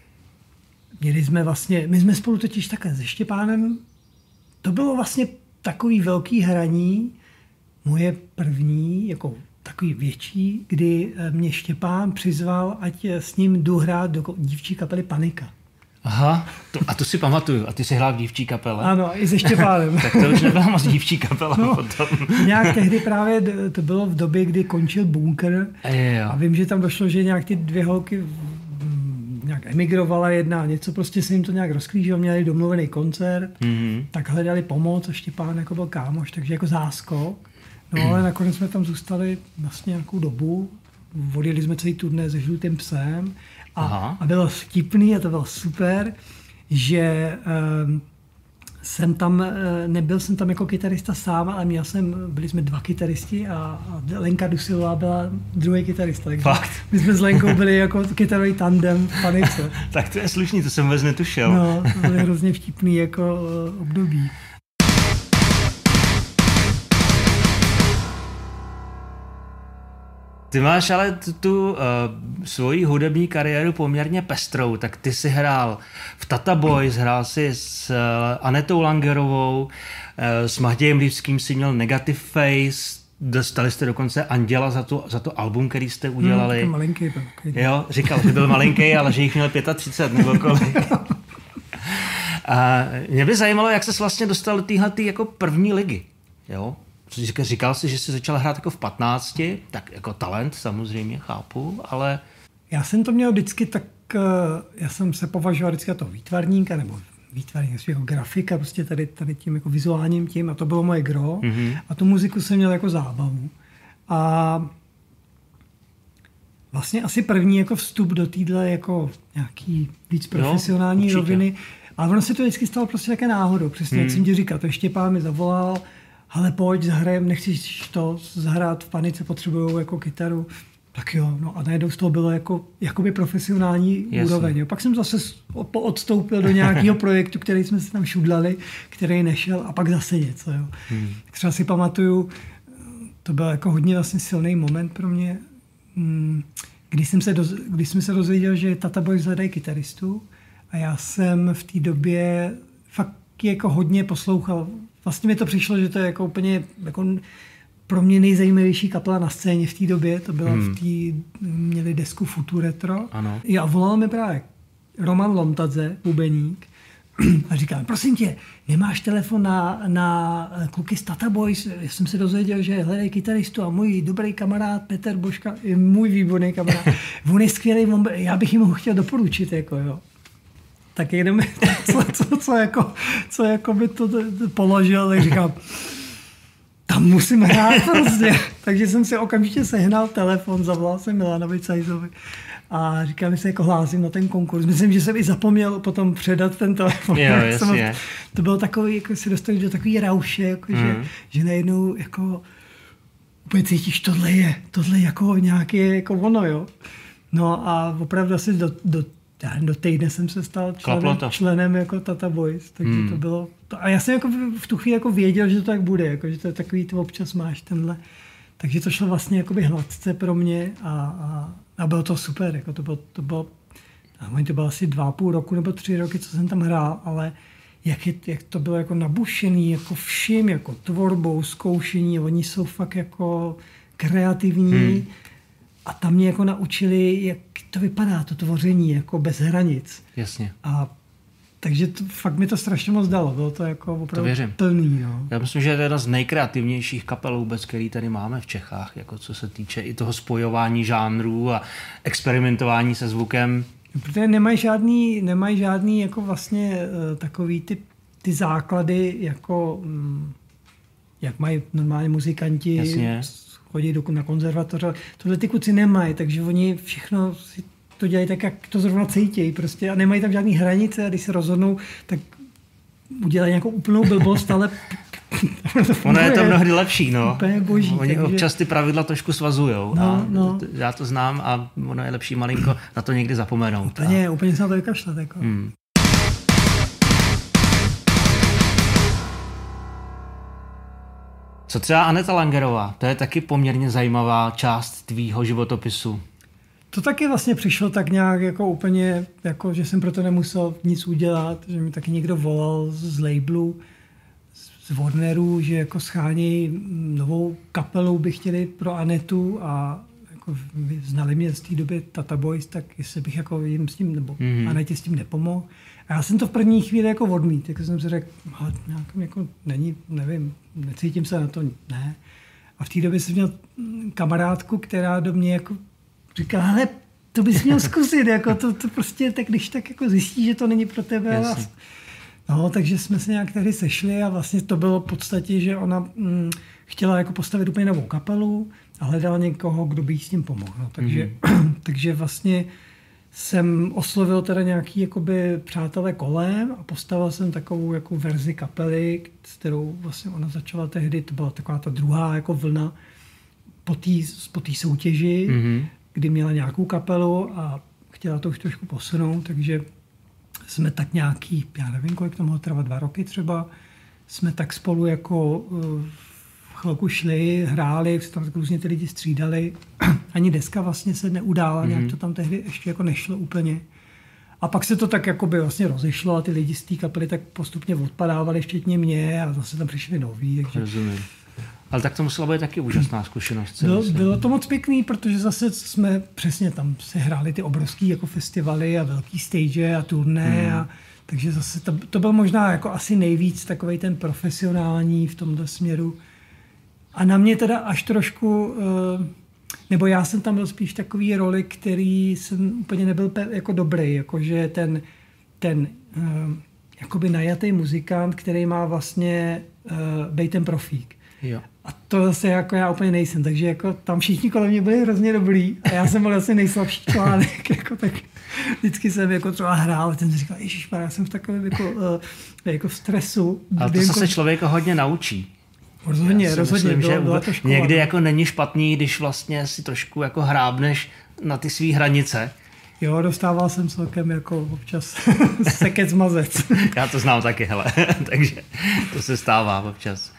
my jsme spolu totiž takhle se Štěpánem, to bylo vlastně takový velký hraní, moje první, jako takový větší, kdy mě Štěpán přizval, ať s ním jdu hrát do dívčí kapely Panika. Aha, a to si pamatuju. A ty jsi hrál v dívčí kapele? Ano, i se Štěpánem. Tak to už nebyla moc dívčí kapela potom. Nějak tehdy právě to bylo v době, kdy končil Bunkr. A vím, že tam došlo, že nějak ty dvě holky nějak emigrovala jedna, něco prostě se jim to nějak rozklížilo, měli domluvený koncert, tak hledali pomoc a Štěpán jako byl kámoš, takže jako záskok. No ale nakonec jsme tam zůstali vlastně nějakou dobu, odjeli jsme celý turné se Žlutým psem a bylo vtipný a to bylo super, že nebyl jsem tam jako kytarista sám, ale byli jsme dva kytaristi a Lenka Dusilová byla druhý kytarista. Takže fakt? My jsme s Lenkou byli jako kytarový tandem v Panice. Tak to je slušný, to jsem vůbec netušel. No, to byly hrozně vtipný jako období. Ty máš ale tu svoji hudební kariéru poměrně pestrou, tak ty jsi hrál v Tata Boys, hrál si s Anetou Langerovou, s Matějem Lipským si měl Negative Face, dostali jste dokonce Anděla za to album, který jste udělali. Malinký. Jo, říkal, že byl malinký, ale že jich měl 35 nebo kolik. A mě by zajímalo, jak ses vlastně dostal do téhletý jako první ligy, jo? Říkal jsi, že jsi začal hrát jako v 15, tak jako talent samozřejmě, chápu, ale... Já jsem to měl vždycky tak, já jsem se považoval vždycky toho výtvarníka, nebo jako grafika, prostě tady tím jako vizuálním tím, a to bylo moje gro. A tu muziku jsem měl jako zábavu. A vlastně asi první jako vstup do téhle jako nějaký víc profesionální roviny. Ale ono se to vždycky stalo prostě také náhodou. Přesně, jak jsem ti říkal, to Štěpán mi zavolal, ale pojď, zahrajem, nechceš to zahrát v Panice, potřebujou jako kytaru. Tak jo, no a najednou z toho bylo jakoby profesionální úroveň. Jo. Pak jsem zase odstoupil do nějakého projektu, který jsme se tam šudlali, který nešel a pak zase něco. Jo. Tak třeba si pamatuju, to byl jako hodně vlastně silný moment pro mě, když jsem se dozvěděl, že Tata Boys hledají kytaristu a já jsem v té době fakt jako hodně poslouchal. Vlastně mi to přišlo, že to je jako úplně jako pro mě nejzajímavější kapela na scéně v té době. To byla měli desku Futu Retro. Ano. A volal mi právě Roman Lomtadze, bubeník, a říkal, prosím tě, nemáš telefon na kluky z Tata Boys? Já jsem se dozvěděl, že hledají kytaristu a můj dobrý kamarád Petr Božka, je můj výborný kamarád. On je skvělý, já bych jim ho chtěl doporučit. Jako, jo. Tak jenom co jako by to položil, tak říkám, tam musím hrát prostě. Takže jsem si okamžitě sehnal telefon, zavolal jsem Milanovi Cajzovi a říkal mi se, jako hlásím na ten konkurs. Myslím, že jsem i zapomněl potom předat ten telefon. Jo, jasně. To bylo takový, jako si dostali do takový rauše, jako že najednou jako úplně cítíš, tohle je jako nějaký jako ono, jo. No a opravdu asi do týdne jsem se stal členem jako Tata Boys, takže to bylo... A já jsem jako v tu chvíli jako věděl, že to tak bude, jako, že to je takový, to občas máš tenhle. Takže to šlo vlastně jakoby hladce pro mě a bylo to super, jako to bylo to bylo asi 2,5 roku nebo 3 roky, co jsem tam hrál, ale jak to bylo jako nabušený, jako vším, jako tvorbou, zkoušení, oni jsou fakt jako kreativní a tam mě jako naučili, jak to vypadá, to tvoření, jako bez hranic. Jasně. A takže fakt mi to strašně moc dalo, bylo to jako opravdu plný. No. Já myslím, že to je jedna z nejkreativnějších kapel vůbec, který tady máme v Čechách, jako co se týče i toho spojování žánrů a experimentování se zvukem. Protože nemají žádný jako vlastně takový ty základy, jako jak mají normálně muzikanti, jasně, chodí na konzervatoře. Tohle ty kluci nemají, takže oni všechno si to dělají tak, jak to zrovna cítějí prostě a nemají tam žádný hranice a když se rozhodnou, tak udělají nějakou úplnou blbost, ale ono je to mnohdy lepší, no. Boží, Oni takže... občas ty pravidla trošku svazujou. No. Já to znám a ono je lepší malinko na to někdy zapomenout. Úplně se na to vykašlat. Jako. Co třeba Aneta Langerová? To je taky poměrně zajímavá část tvýho životopisu. To taky vlastně přišlo tak nějak jako úplně, jako, že jsem proto nemusel nic udělat, že mi taky někdo volal z labelu, z Warneru, že jako schánějí novou kapelu by chtěli pro Anetu a jako znali mě z té doby Tata Boys, tak jestli bych jako jim s tím, nebo Anetě s tím nepomohl. A já jsem to v první chvíli jako odmít, jako jsem si řekl, jako není, nevím, necítím se na to, ne. A v té době jsem měl kamarádku, která do mě jako říká, hele, to bys měl zkusit, jako to prostě, tak když tak jako zjistíš, že to není pro tebe. No, takže jsme se nějak tehdy sešli a vlastně to bylo v podstatě, že ona chtěla jako postavit úplně novou kapelu a hledala někoho, kdo by jí s tím pomohl. No, takže vlastně jsem oslovil teda nějaký jakoby přátelé kolem a postavil jsem takovou jako verzi kapely, s kterou vlastně ona začala tehdy, to byla taková ta druhá jako vlna po té soutěži, kdy měla nějakou kapelu a chtěla to už trošku posunout, takže jsme tak nějaký, já nevím, kolik to mohlo trvat, 2 roky třeba, jsme tak spolu jako chvilku šli, hráli, se tam různě ty lidi střídali. Ani deska vlastně se neudála, nějak to tam tehdy ještě jako nešlo úplně. A pak se to tak jako by vlastně rozešlo a ty lidi z té kapely tak postupně odpadávali, včetně mě a zase tam přišli noví. Takže... Rozumím. Ale tak to musela být taky úžasná zkušenost. Bylo to moc pěkný, protože zase jsme přesně tam se hráli ty obrovský jako festivaly a velký stage a turné a takže zase to byl možná jako asi nejvíc takovej ten profesionální v tomto směru. A na mě teda až trošku, nebo já jsem tam byl spíš takový roli, který jsem úplně nebyl jako dobrý, jakože ten jakoby najatý muzikant, který má vlastně být ten profík. Jo. A to zase jako já úplně nejsem, takže jako tam všichni kolem mě byli hrozně dobrý a já jsem byl asi nejslabší článek, jako tak vždycky jsem jako třeba hrál a ten říkal, ježišmar, já jsem v takovém jako v stresu. Ale to se člověka hodně naučí. Rozhodně. Myslím, že byla to škola, někdy jako není špatný, když vlastně si trošku jako hrábneš na ty svý hranice. Jo, dostával jsem celkem jako občas sekec mazec. Já to znám taky, hele, takže to se stává občas.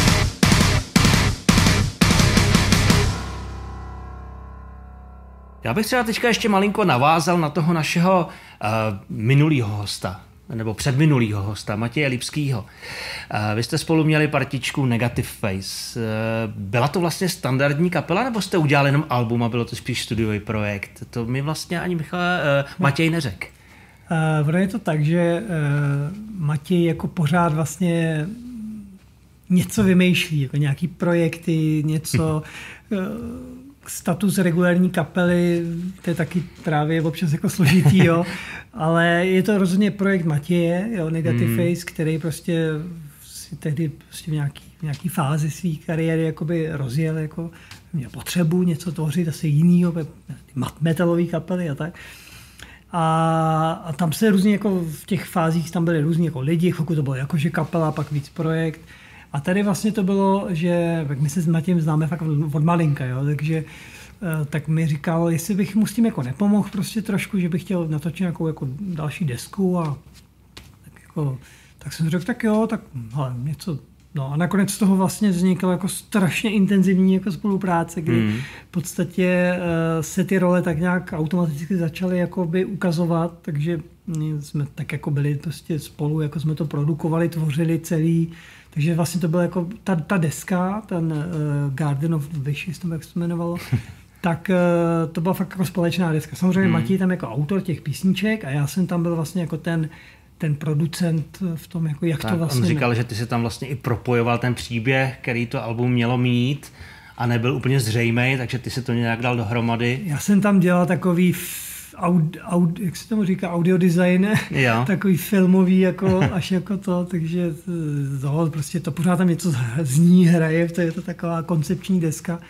Já bych třeba teďka ještě malinko navázal na toho našeho minulýho hosta, nebo předminulýho hosta, Matěje Lipskýho. Vy jste spolu měli partičku Negative Face. Byla to vlastně standardní kapela, nebo jste udělali jenom album a bylo to spíš studiový projekt? To mi vlastně ani Matěj neřekl. Ono je to tak, že Matěj jako pořád vlastně něco vymýšlí, jako nějaký projekty, něco... Status regulární kapely, to je taky právě občas jako složitý, jo. Ale je to rozhodně projekt Matěje, jo, Negative Face, který prostě si tehdy prostě v nějaký fázi své kariéry jakoby rozjel, jako měl potřebu něco tvořit asi jinýho, metalový kapely a tak. A tam se různě jako v těch fázích tam byly různí jako lidi, chvilku to bylo jakože kapela, pak víc projekt. A tady vlastně to bylo, že my se s Matějem známe fakt od malinka, jo, takže tak mi říkal, jestli bych mu s tím jako nepomohl prostě trošku, že bych chtěl natočit nějakou jako další desku a tak jsem řekl, tak jo, tak hele, něco. No a nakonec z toho vlastně vznikla jako strašně intenzivní jako spolupráce, kdy v podstatě se ty role tak nějak automaticky začaly jakoby ukazovat, takže jsme tak jako byli prostě spolu, jako jsme to produkovali, tvořili celý. Takže vlastně to byla jako ta deska, ten Garden of Wishes, jak se to jmenovalo, tak to byla fakt jako společná deska. Samozřejmě Matěj tam jako autor těch písniček a já jsem tam byl vlastně jako ten producent v tom, jako jak tak to vlastně... On říkal, že ty si tam vlastně i propojoval ten příběh, který to album mělo mít a nebyl úplně zřejmej, takže ty si to nějak dal dohromady. Já jsem tam dělal takový jak se tomu říká, audio design, takový filmový, jako, až jako to, takže prostě to pořád tam něco zní, hraje, to je to taková koncepční deska.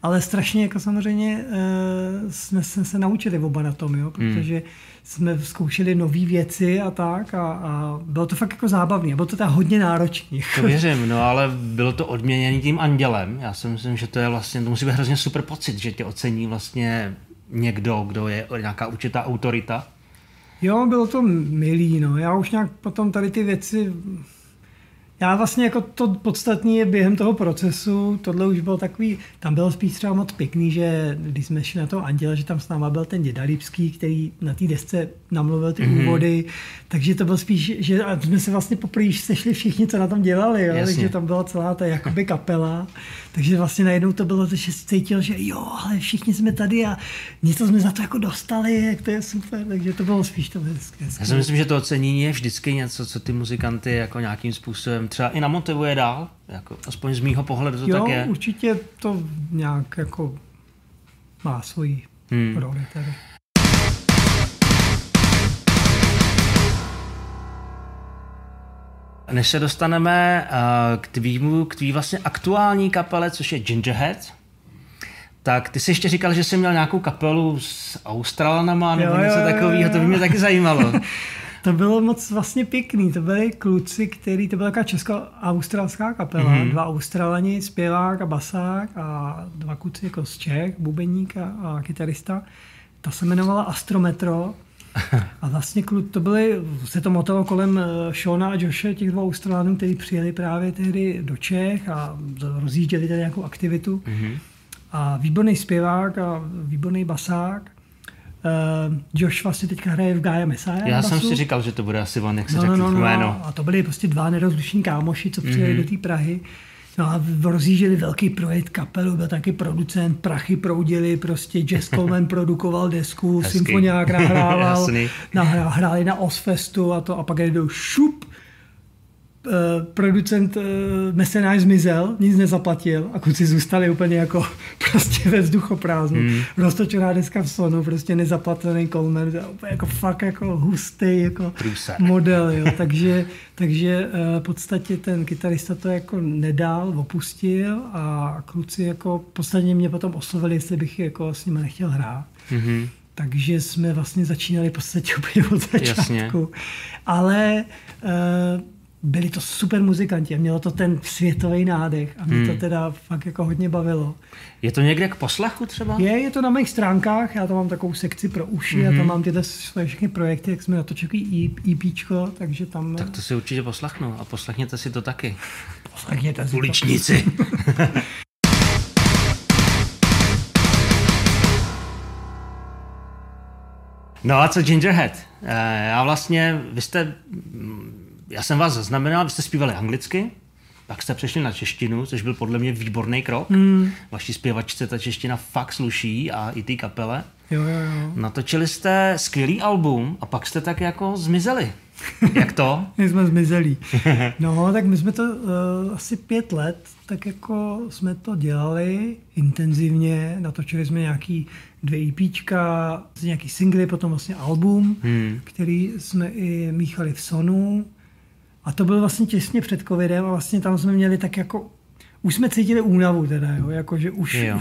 ale strašně jako samozřejmě jsme se naučili oba na tom, jo, protože jsme zkoušeli nové věci a tak a bylo to fakt jako zábavné. Bylo to teda hodně náročné. To věřím, no ale bylo to odměněný tím andělem. Já si myslím, že to je vlastně, to musí být hrozně super pocit, že tě ocení vlastně někdo, kdo je nějaká určitá autorita. Jo, bylo to milý, no. Já už nějak potom tady ty věci... Já vlastně jako to podstatné je během toho procesu, tohle už bylo takový, tam bylo spíš třeba moc pěkný, že když jsme šli na toho anděla, že tam s náma byl ten Děda Lipský, který na té desce namluvil ty úvody, takže to bylo spíš, že a jsme se vlastně poprvé sešli všichni, co na tom dělali, jo? Takže tam byla celá ta jakoby kapela, takže vlastně najednou to bylo, že se cítil, že jo, ale všichni jsme tady a něco jsme za to jako dostali, jak to je super, takže to bylo spíš to hezké. Já si myslím, že to ocenění je vždycky něco, co ty muzikanty jako nějakým způsobem třeba i namotivuje dál, jako aspoň z mýho pohledu to tak je. Jo, určitě to nějak jako má svoji roli tady. Než se dostaneme k tvý vlastně aktuální kapele, což je Gingerhead, tak ty jsi ještě říkal, že jsi měl nějakou kapelu s Australanama nebo něco takového, to by mě taky zajímalo. To bylo moc vlastně pěkný, to byli kluci, to byla taková česko-australská kapela, dva Australani, zpěvák a basák a dva kluci jako z Čech, bubeník a kytarista. Ta se jmenovala Astrometro a vlastně se to motalo kolem Shona a Joshe, těch dvou Australanů, kteří přijeli právě tehdy do Čech a rozjížděli tady nějakou aktivitu. A výborný zpěvák a výborný basák. Josh vlastně teďka hraje v Gaia Messiah. Já jsem si říkal, že to bude asi on, jak se řekl jméno. A to byli prostě dva nerozluční kámoši, co přijeli do té Prahy. No a rozjížděli velký projekt kapelu, byl taky producent, prachy proudili, prostě Jazz Coleman produkoval desku, symfoniák nahrával, hráli na Ozfestu a pak jdou šup. Producent Mecenáš zmizel, nic nezaplatil a kluci zůstali úplně jako prostě ve vzduchoprázdnu. Roztočená deska v Sonu, prostě nezaplacený Coleman, jako fakt jako hustý jako model, jo. Takže v podstatě ten kytarista to jako nedal, opustil a kluci jako podstatně mě potom oslovili, jestli bych jako s nimi nechtěl hrát. Takže jsme vlastně začínali v podstatě úplně od začátku. Jasně. Ale byli to super muzikanti a mělo to ten světový nádech a mě to teda fakt jako hodně bavilo. Je to někde k poslechu třeba? Je to na mých stránkách, já tam mám takovou sekci pro uši a tam mám tyhle svoje všechny projekty, jak jsme natočili EPčko, takže tam... Tak to si určitě poslechnu a poslechněte si to taky. Poslechněte si Uličníci. No a co Gingerhead? Já jsem vás zaznamenal, vy jste zpívali anglicky, pak jste přešli na češtinu, což byl podle mě výborný krok. Vaší zpěvačce ta čeština fakt sluší a i té kapele. Jo. Natočili jste skvělý album a pak jste tak jako zmizeli. Jak to? My jsme zmizeli. No, tak my jsme to asi 5 let, tak jako jsme to dělali intenzivně, natočili jsme nějaký 2 EPčka, nějaký singly, potom vlastně album, který jsme i míchali v Sonu. A to bylo vlastně těsně před covidem a vlastně tam jsme měli tak jako, už jsme cítili únavu teda, jo, jako, že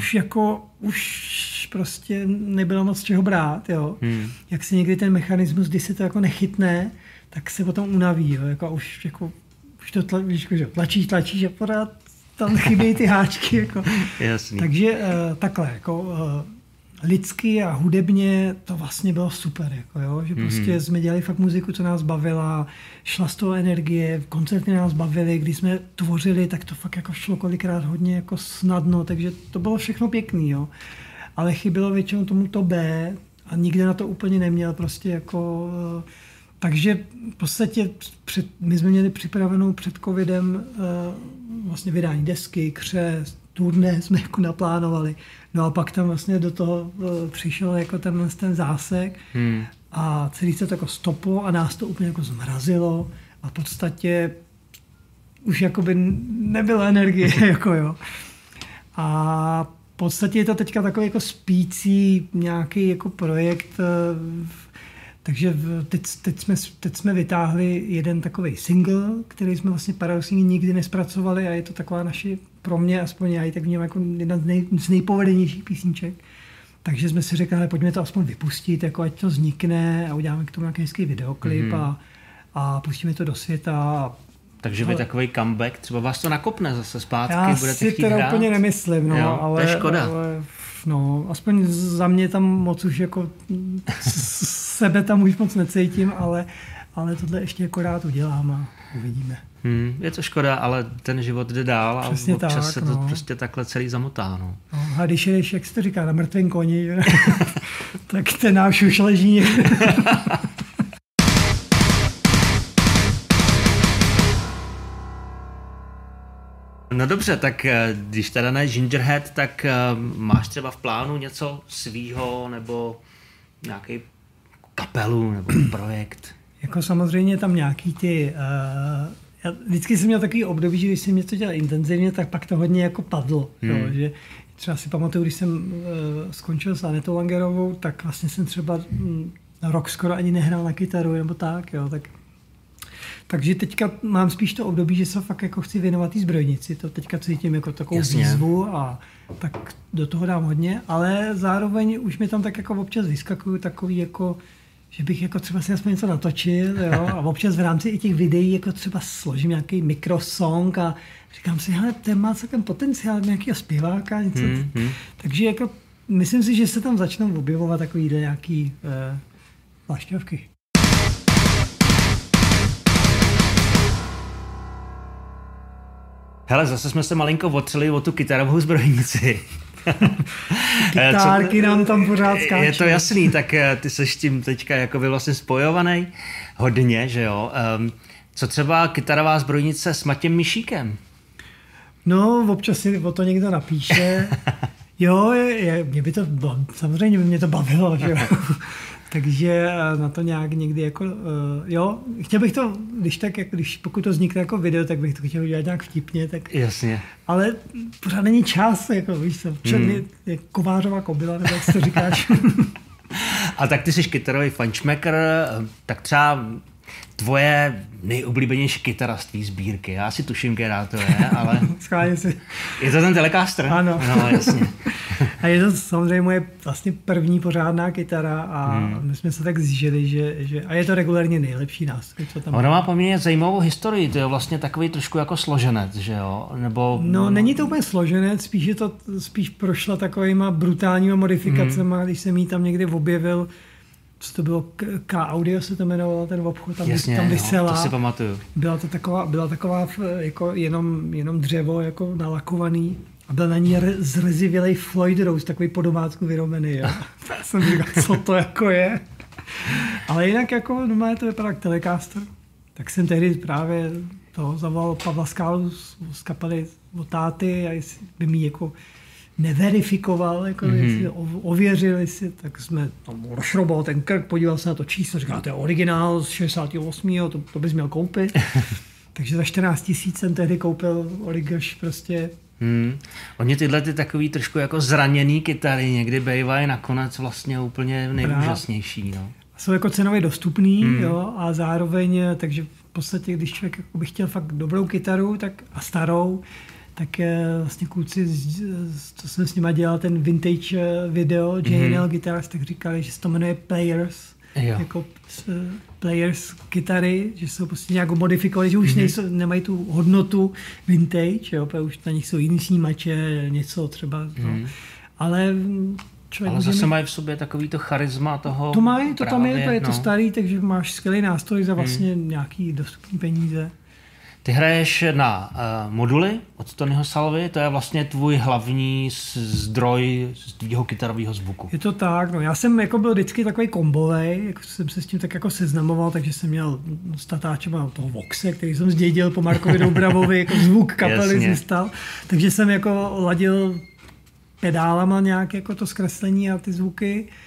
už prostě nebylo moc čeho brát, jo. Jak si někdy ten mechanismus, když se to jako nechytne, tak se potom unaví, jo, jako už to tlačíš a pořád tam chybějí ty háčky, jako. Jasný. Takže takhle, jako lidsky a hudebně to vlastně bylo super, jako jo, že prostě jsme dělali fakt muziku, co nás bavila, šla z toho energie, koncerty nás bavily, když jsme tvořili, tak to fakt jako šlo kolikrát hodně jako snadno, takže to bylo všechno pěkný, jo. Ale chybělo většinou tomuto B a nikde na to úplně neměl prostě jako... Takže v podstatě my jsme měli připravenou před covidem vlastně vydání desky, křest, turné jsme jako naplánovali. No a pak tam vlastně do toho přišel jako ten zásek a celý se to jako stoplo a nás to úplně jako zmrazilo a v podstatě už jakoby nebyla energie, jako jo. A v podstatě je to teďka takový jako spící nějaký jako projekt. Takže teď jsme vytáhli jeden takový single, který jsme vlastně paradoxně nikdy nespracovali a je to taková naše, pro mě aspoň já ji tak vnímám jako jedna z nejpovedenějších písniček. Takže jsme si řekli, pojďme to aspoň vypustit, jako ať to vznikne a uděláme k tomu nějaký hezký videoklip a pustíme to do světa. Takže by takový comeback, třeba vás to nakopne zase zpátky, já budete chtít hrát? Já si to úplně nemyslím, no, jo, ale, to je škoda. No, aspoň za mě tam moc už jako sebe tam už moc necítím, ale tohle ještě jako rád udělám a uvidíme. Je to škoda, ale ten život jde dál a přesně občas tak, se to prostě takhle celý zamotá. No. A když jedeš, jak se to říká, na mrtvém koni, tak ten náš už leží. No dobře, tak když teda ne Gingerhead, tak máš třeba v plánu něco svýho nebo nějaký kapelu nebo projekt? Jako samozřejmě tam nějaký ty... já vždycky jsem měl takový období, že když jsem něco dělal intenzivně, tak pak to hodně jako padlo. Jo, že třeba si pamatuju, když jsem skončil s Anetou Langerovou, tak vlastně jsem třeba rok skoro ani nehrál na kytaru nebo tak, jo, takže teďka mám spíš to období, že se fakt jako chci věnovat té zbrojnici. To teďka cítím jako takovou výzvu a tak do toho dám hodně, ale zároveň už mi tam tak jako občas vyskakují takový jako, že bych jako třeba si aspoň něco natočil, jo, a občas v rámci i těch videí jako třeba složím nějaký mikrosong a říkám si, hele, ten má celkem potenciál nějakého zpěváka, něco. Takže jako myslím si, že se tam začnou objevovat takovýhle nějaký vlašťovky. Hele, zase jsme se malinko otřeli o tu kytarovou zbrojnici. Kytárky nám tam pořád skáčou. Je to jasný, tak ty seš tím teďka jakoby vlastně spojovaný hodně, že jo. Co třeba kytarová zbrojnice s Matěm Mišíkem? No, občas si o to někdo napíše. Jo, mě by to, samozřejmě by mě to bavilo, že jo. Takže na to nějak někdy jako, jo, chtěl bych to, pokud to vznikne jako video, tak bych to chtěl udělat nějak vtipně, tak... Jasně. Ale pořád není čas, jako víš co, je kovářová kobila, nebo jak to říkáš. A tak ty jsi kytarový fančmekr, tak třeba tvoje nejoblíbenější kytara z tvý sbírky. Já si tuším, která to je, ale... Schválně si. Je to ten Telecaster? Ano. No, jasně. A je to samozřejmě moje vlastně první pořádná kytara a my jsme se tak zžili, že a je to regulárně nejlepší nástroj, co tam. Ona má poměrně zajímavou historii, to je vlastně takový trošku jako složenec, že jo? Nebo... No, není to úplně složenec, spíš prošla takovýma brutálníma modifikacemi, když jsem jí tam někdy objevil, co to bylo, K-Audio se to jmenovalo, ten obchod, tam, jasně, tam vysela. To si pamatuju. Byla taková jako jenom dřevo jako nalakovaný a byl na ní zrezivělej Floyd Rose, takový po domácku vyrobený. Jo. Já jsem říkal, co to jako je. Ale jinak jako normálně to vypadá jak Telecaster. Tak jsem tehdy právě zavolal Pavla Skálu z kapely od táty a jestli by mi jako neverifikoval, jako jestli ověřil, jestli, tak jsme rozšroubal ten krk, podíval se na to číslo, říkal, to je originál z 68. To bys měl koupit. Takže za 14 000 jsem tehdy koupil Origoš prostě. Oni tyhle ty takový trošku jako zraněný kytary někdy bývají nakonec vlastně úplně nejúžasnější. No. Jsou jako cenově dostupný, jo, a zároveň, takže v podstatě, když člověk by chtěl fakt dobrou kytaru tak, a starou, tak vlastně kluci, co jsem s nima dělal, ten vintage video, J&L Guitars, tak říkali, že se to jmenuje Players. Jo. Jako Players kytary, že jsou prostě nějak modifikovali, že už nemají tu hodnotu vintage, jo, už na nich jsou jiný snímače, něco třeba. No. Ale zase mají v sobě takový to charisma toho. To mají, to právě, tam je to starý, takže máš skvělý nástroj za vlastně nějaký dostupný peníze. Ty hraješ na moduly od Tonyho Salvy, to je vlastně tvůj hlavní zdroj z tvýho kytarového zvuku. Je to tak, no já jsem jako byl vždycky takový kombovej, jako jsem se s tím tak jako seznamoval, takže jsem měl s tatáčem toho Voxe, který jsem zdědil po Markovi Doubravovi, jako zvuk kapely zůstal, takže jsem jako ladil pedálama nějak jako to zkreslení a ty zvuky.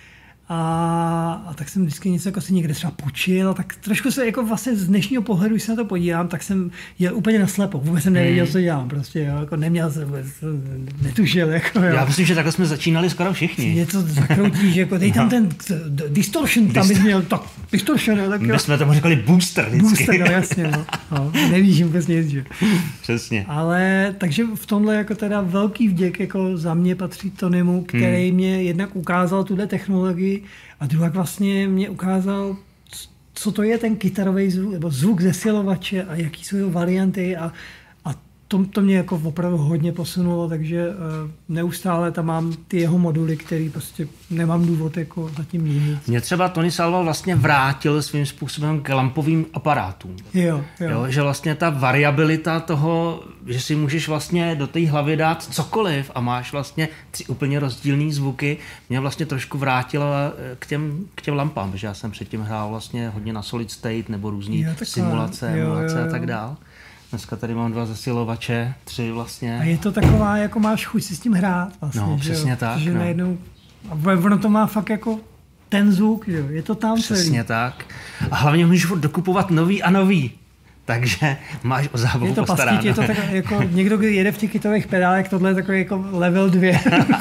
A tak jsem vždycky něco jako si někde třeba půjčil, tak trošku se jako vlastně z dnešního pohledu, když se na to podívám, tak jsem jel úplně naslepo. Vůbec jsem nevěděl, co dělám. Prostě, jo, jako neměl jsem, netušil. Jako, jo. Já myslím, že takhle jsme začínali skoro všichni. Něco zakroutíš, jako dej tam ten distortion, tam bys měl tak distortion. Tak, my jsme tomu říkali booster vždycky. Booster, no jasně. No. Nevíš vůbec nic, že? Přesně. Ale takže v tomhle jako teda velký vděk jako za mě patří Tonymu, který mě jednak ukázal tuhle technologii a druhak vlastně mě ukázal, co to je ten kytarový zvuk, nebo zvuk zesilovače a jaký jsou jeho varianty a to mě jako opravdu hodně posunulo, takže neustále tam mám ty jeho moduly, který prostě nemám důvod jako zatím měnit. Mě třeba Tony Salva vlastně vrátil svým způsobem k lampovým aparátům. Jo. Že vlastně ta variabilita toho, že si můžeš vlastně do té hlavy dát cokoliv a máš vlastně 3 úplně rozdílný zvuky, mě vlastně trošku vrátila k těm lampám, protože já jsem předtím hrál vlastně hodně na solid state nebo různý simulace, emulace a tak dál. Dneska tady mám 2 zesilovače, 3 vlastně. A je to taková, jako máš chuť si s tím hrát vlastně. No, přesně tak. Protože najednou, a ono to má fakt jako ten zvuk, že jo, je to tam celý. Přesně tak. A hlavně můžeš dokupovat nový a nový. Takže máš o zábavu postaráno. Je to tak, jako někdo, kdo jede v těch kytových pedálech, tohle je takový jako level 2.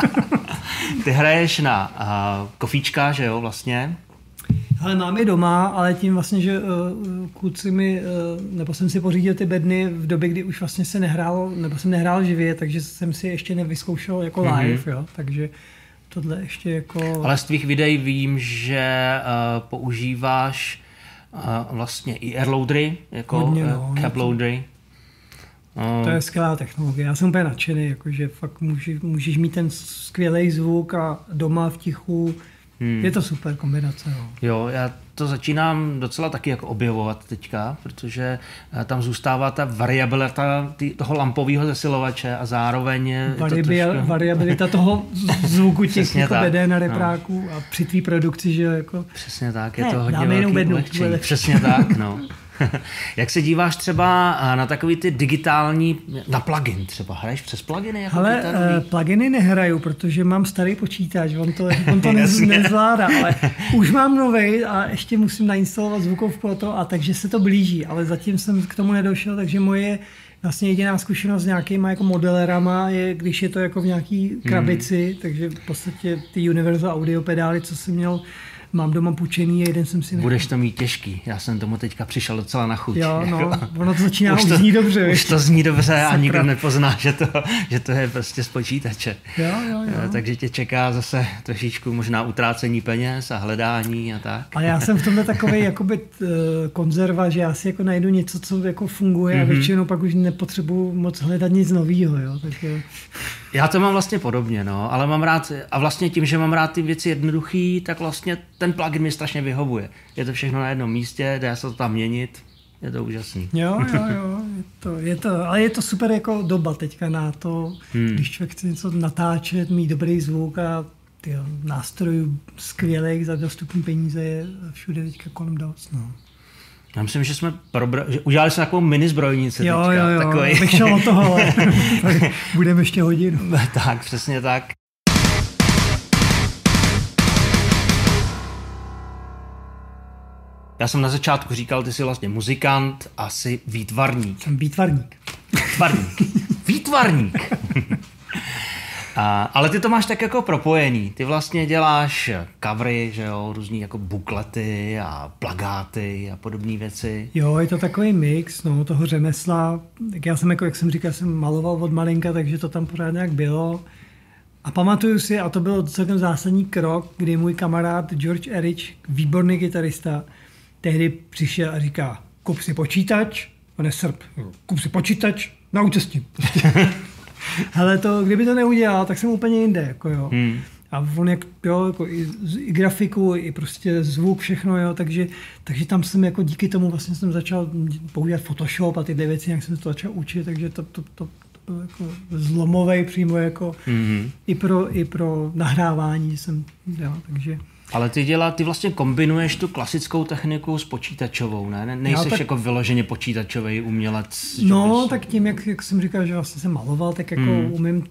Ty hraješ na kofíčka, že jo, vlastně? Ale mám je doma, ale tím vlastně, že kluci mi, nebo jsem si pořídil ty bedny v době, kdy už vlastně se nehrálo, nebo jsem nehrál živě, takže jsem si ještě nevyzkoušel jako live, jo, takže tohle ještě jako... Ale z tvých videí vím, že používáš vlastně i airloadery, jako hodně, cap loadery. To je skvělá technologie, já jsem úplně nadšený, jakože fakt můžeš mít ten skvělý zvuk a doma v tichu. Je to super kombinace. Jo, já to začínám docela taky jako objevovat teďka, protože tam zůstává ta variabilita toho lampového zesilovače a zároveň variabilita toho zvuku těch jako beden a repráků a při tvý produkci, že jako... Přesně tak, je to hodně velký ulehčení. Přesně tak, no. Jak se díváš třeba na takový ty digitální, na plugin třeba? Hraješ přes pluginy? Jako pluginy nehraju, protože mám starý počítač, on to nezvládá, ale už mám novej a ještě musím nainstalovat zvukovku a takže se to blíží, ale zatím jsem k tomu nedošel, takže moje vlastně jediná zkušenost s nějakýma jako modelerama je, když je to jako v nějaký krabici, takže v podstatě ty Universal Audio pedály, co jsem měl, mám doma půjčený a jeden jsem si nechal. Budeš to mít těžký. Já jsem tomu teďka přišel docela na chuť. Jo, no, ono to začíná už zní dobře. Už to zní dobře a nikdo nepozná, že to je prostě z počítače. Jo. Takže tě čeká zase trošičku možná utrácení peněz a hledání a tak. Ale já jsem v tomhle takovej jakoby konzerva, že já si jako najdu něco, co jako funguje a většinou pak už nepotřebuji moc hledat nic novýho. Jo, takže... Já to mám vlastně podobně, no, ale mám rád, a vlastně tím, že mám rád ty věci jednoduchý, tak vlastně ten plugin mi strašně vyhovuje. Je to všechno na jednom místě, dá se to tam měnit, je to úžasný. Jo, ale je to super jako doba teďka na to, když člověk chce něco natáčet, mít dobrý zvuk a nástrojů skvělých za dostupný peníze je všude teďka kolem dost, no. Já myslím, že jsme že udělali jsme takovou mini zbrojnici jo, teďka. Jo, takový. bych šel od toho, ale budeme ještě hodinu. Tak, přesně tak. Já jsem na začátku říkal, ty jsi vlastně muzikant a jsi výtvarník. Jsem výtvarník. Výtvarník. Ale ty to máš tak jako propojený. Ty vlastně děláš covery, že jo, různý jako buklety a plagáty a podobné věci. Jo, je to takový mix, no, toho řemesla. Tak já jsem, jako, jak jsem říkal, jsem maloval od malinka, takže to tam pořád nějak bylo. A pamatuju si, a to byl celkem zásadní krok, kdy můj kamarád George Erich, výborný kytarista, tehdy přišel a říká, kup si počítač, on je Srb, kup si počítač, nauč s tím. Hele, kdyby to neudělal, tak jsem úplně jinde, jako jo. A on jako i grafiku, i prostě zvuk, všechno, jo, takže tam jsem jako díky tomu vlastně jsem začal používat Photoshop a tyhle věci, jak jsem to začal učit, takže to bylo jako zlomovej přímo jako i pro nahrávání jsem dělal, takže... Ale ty vlastně kombinuješ tu klasickou techniku s počítačovou, ne? Nejseš tak... jako vyloženě počítačový umělec. No, tak tím, jak jsem říkal, že vlastně jsem maloval, tak jako umím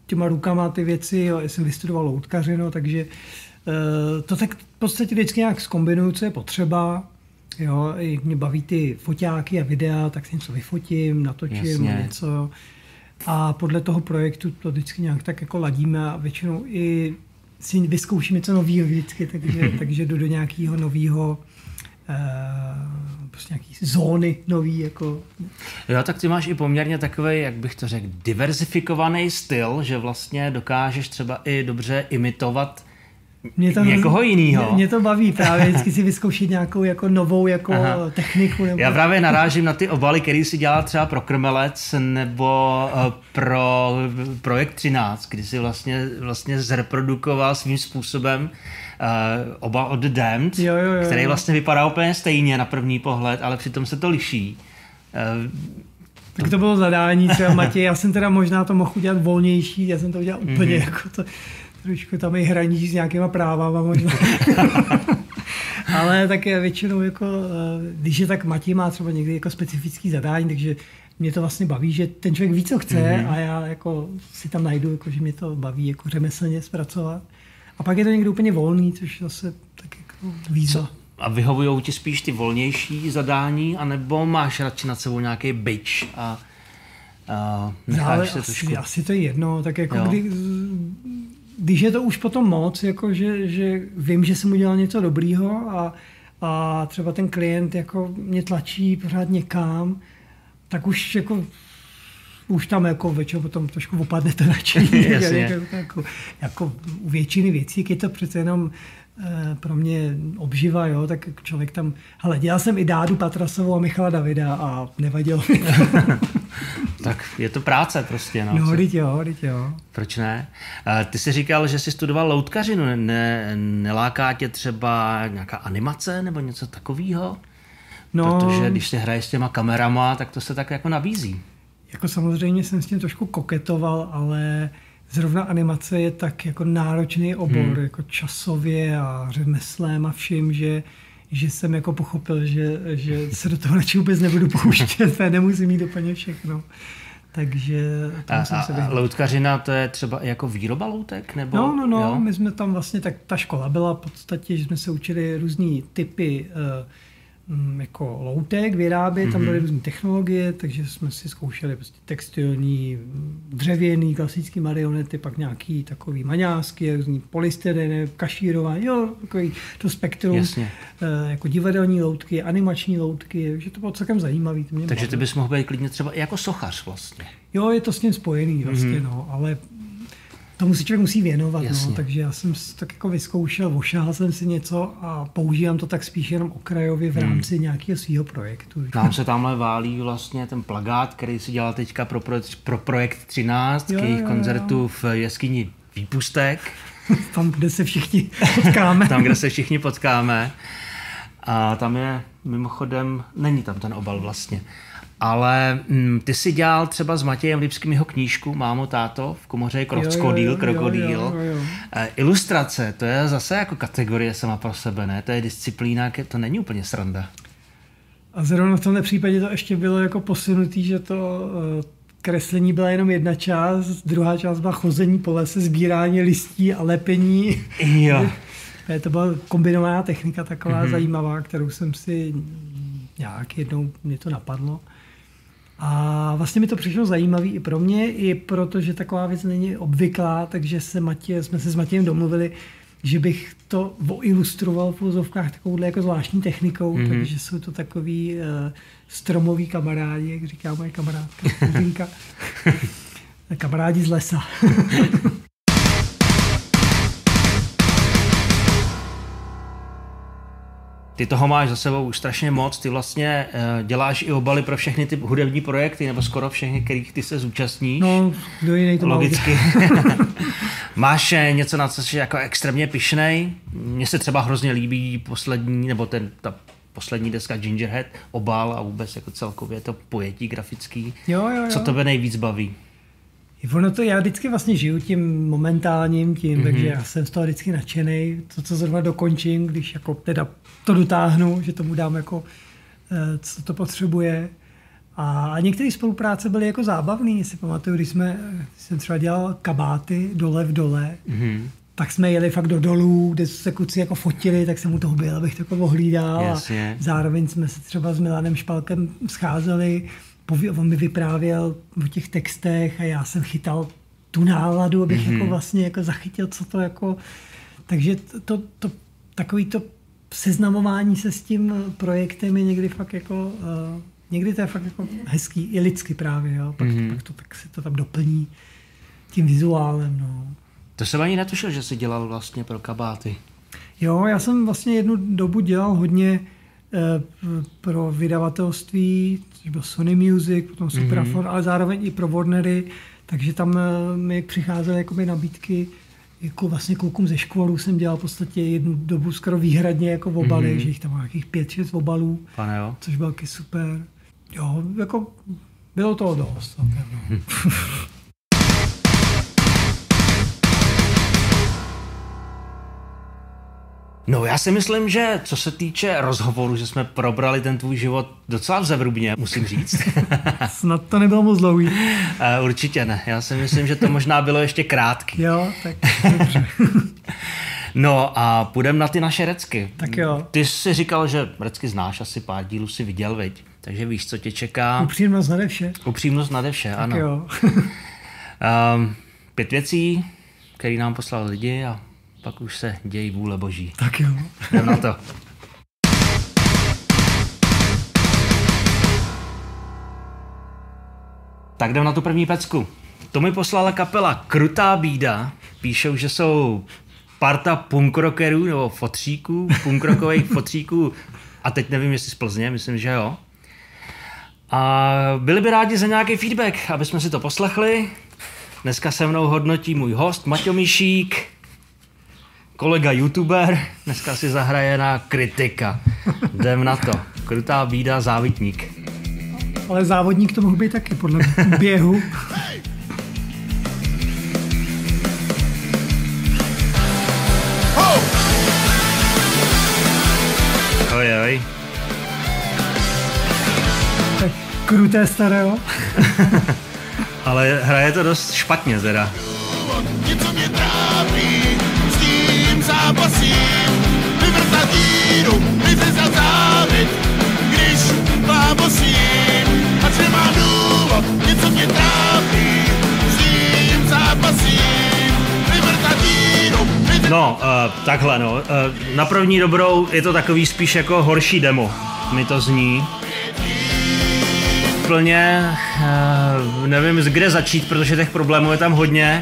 těma rukama ty věci, jo, jsem vystudoval loutkařinu, takže to tak v podstatě vždycky nějak zkombinuju, co je potřeba. Jo, i mě baví ty foťáky a videa, tak si něco vyfotím, natočím něco. A podle toho projektu to vždycky nějak tak jako ladíme a většinou i si vyzkouším něco nového vždycky, takže jdu do nějakého nového prostě nějaký zóny nový. Jako. Jo, tak ty máš i poměrně takový, jak bych to řekl, diverzifikovaný styl, že vlastně dokážeš třeba i dobře imitovat někoho jinýho. Mě to baví právě vždycky si vyzkoušet nějakou jako novou jako techniku. Nebo... Já právě narážím na ty obaly, který si dělá třeba pro Krmelec nebo pro Projekt 13, kdy si vlastně zreprodukoval svým způsobem obal od Damned, který vlastně vypadá úplně stejně na první pohled, ale přitom se to liší. Tak to bylo zadání třeba Matěj, já jsem teda možná to mohl udělat volnější, já jsem to udělal úplně jako to, trošku tam i hraní s nějakýma právama možná. Ale tak většinou jako, když je tak Matěj má třeba někdy jako specifický zadání, takže mě to vlastně baví, že ten člověk ví, co chce a já jako si tam najdu, jako, že mě to baví jako řemeslně zpracovat. A pak je to někdo úplně volný, což zase tak jako výzva. A vyhovujou ti spíš ty volnější zadání, anebo máš radši nad sebou nějaký bič a necháš se trošku... Asi to je jedno, tak jako když je to už potom moc, jako že vím, že jsem udělal něco dobrýho a třeba ten klient jako mě tlačí pořád někam, tak už jako už tam jako večer potom trošku opadne to nadšení. jako u většiny věcí, je to přece jenom pro mě obživa, jo, tak člověk tam, hele, dělal jsem i Dádu Patrasovou a Michala Davida a nevadilo mi. Tak je to práce prostě. No, vždyť jo. Proč ne? Ty jsi říkal, že jsi studoval loutkařinu. Neláká tě třeba nějaká animace nebo něco takového? No, protože když se hraje s těma kamerama, tak to se tak jako nabízí. Jako samozřejmě jsem s tím trošku koketoval, ale zrovna animace je tak jako náročný obor, jako časově a řemeslem a vším, že jsem jako pochopil, že se do toho radši vůbec nebudu pouštět, nemusím mít úplně všechno. Takže tam jsem se vyhnul. Loutkařina, to je třeba jako výroba loutek? Nebo, no, jo? My jsme tam vlastně, tak ta škola byla v podstatě, že jsme se učili různý typy jako loutek vyrábět, tam byly různé technologie, takže jsme si zkoušeli prostě textilní, dřevěný, klasický marionety, pak nějaký takový maňásky, různý polystyreny, kašírování, jo, takový to spektrum, jako divadelní loutky, animační loutky, takže to bylo celkem zajímavý. Takže ty bys mohl být klidně třeba i jako sochař vlastně. Jo, je to s tím spojený vlastně, no, ale tomu si člověk musí věnovat, no, takže já jsem tak jako vyzkoušel, ošahal jsem si něco a používám to tak spíš jenom okrajově v rámci nějakého svého projektu. Nám se tamhle válí vlastně ten plakát, který si dělal teďka pro Projekt 13, k jejich koncertu v jeskyni Výpustek. Tam, kde se všichni potkáme. Tam, kde se všichni potkáme. A tam je mimochodem, není tam ten obal vlastně. Ale ty si dělal třeba s Matějem Lipským jeho knížku Mámo, táto, v komoře je krokodýl. Ilustrace, to je zase jako kategorie sama pro sebe, ne? To je disciplína, to není úplně sranda. A zrovna v tomhle případě to ještě bylo jako posunutý, že to kreslení byla jenom jedna část, druhá část byla chození po lese, sbírání listí a lepení. Jo. To byla kombinovaná technika taková zajímavá, kterou jsem si nějak jednou mě to napadlo. A vlastně mi to přišlo zajímavý i pro mě, i proto, že taková věc není obvyklá, takže jsme se s Matějem domluvili, že bych to ilustroval v uvozovkách takovouhle jako zvláštní technikou, takže jsou to takový stromoví kamarádi, jak říká moje kamarádka, kamarádi z lesa. Ty toho máš za sebou už strašně moc, ty vlastně děláš i obaly pro všechny ty hudební projekty, nebo skoro všechny, kterých ty se zúčastníš. No, kdo jiný to logicky. Máš něco, na co jsi jako extrémně pyšnej? Mně se třeba hrozně líbí poslední, nebo ta poslední deska Gingerhead, obal a vůbec jako celkově to pojetí grafický. Jo. Co tebe nejvíc baví? Ono to, já vždycky vlastně žiju tím momentálním takže já jsem z toho vždycky nadšenej. To, co zrovna dokončím, když jako teda to dotáhnu, že tomu dám jako, co to potřebuje. A některé spolupráce byly jako zábavné. Si pamatuju, když jsem třeba dělal kabáty dole v dole, tak jsme jeli fakt do dolů, kde se kluci jako fotili, tak jsem u toho byl, abych to jako ohlídal. Jasně. A zároveň jsme se třeba s Milanem Špalkem scházeli, on mi vyprávěl o těch textech a já jsem chytal tu náladu, abych jako vlastně jako zachytil, co to jako... Takže takový to seznamování se s tím projektem je někdy fakt jako... Někdy to je fakt jako hezký, i lidsky právě, jo. Pak se to tam doplní tím vizuálem, no. To jsem ani netušil, že jsi dělal vlastně pro kabáty. Jo, já jsem vlastně jednu dobu dělal hodně pro vydavatelství, což byl Sony Music, potom Suprafon, ale zároveň i pro Warnery, takže tam mi přicházely jakoby nabídky, jako vlastně klukům ze školu jsem dělal v podstatě jednu dobu skoro výhradně jako obaly, že jich tam má nějakých 5-6 obalů, což byl taky super. Jo, jako bylo toho dost. No. No já si myslím, že co se týče rozhovoru, že jsme probrali ten tvůj život docela vzevrubně, musím říct. Snad to nebylo moc dlouhý. Určitě ne. Já si myslím, že to možná bylo ještě krátký. Jo, tak dobře. No a půjdeme na ty naše recky. Tak jo. Ty jsi říkal, že recky znáš, asi pár dílů si viděl, viď? Takže víš, co tě čeká. Upřímnost nade vše. Upřímnost nade vše, ano. Tak jo. 5 věcí, které nám poslali lidi a pak už se dějí vůle boží. Tak jo. Jdem na to. Tak jdem na tu první pecku. To mi poslala kapela Krutá bída. Píšou, že jsou parta punkrockerů nebo fotříků, punkrockových fotříků. A teď nevím, jestli z Plzně, myslím, že jo. A byli by rádi za nějaký feedback, aby jsme si to poslechli. Dneska se mnou hodnotí můj host Maťo Mišík, kolega youtuber, dneska si zahraje na kritika. Jdem na to. Krutá bída, závitník. Ale závodník to mohl být taky podle běhu. Ojoj. Tak kruté stereo. Ale hraje to dost špatně teda. Něco mě trápí, s tím zápasím, vyvrtat díru, vyřezat závit, když blábosím, ač nemá důvod, něco mě trápí, s tím zápasím, vyvrtat díru, No, takhle no. Na první dobrou je to takový spíš jako horší demo. Mi to zní. Plně nevím, kde začít, protože těch problémů je tam hodně.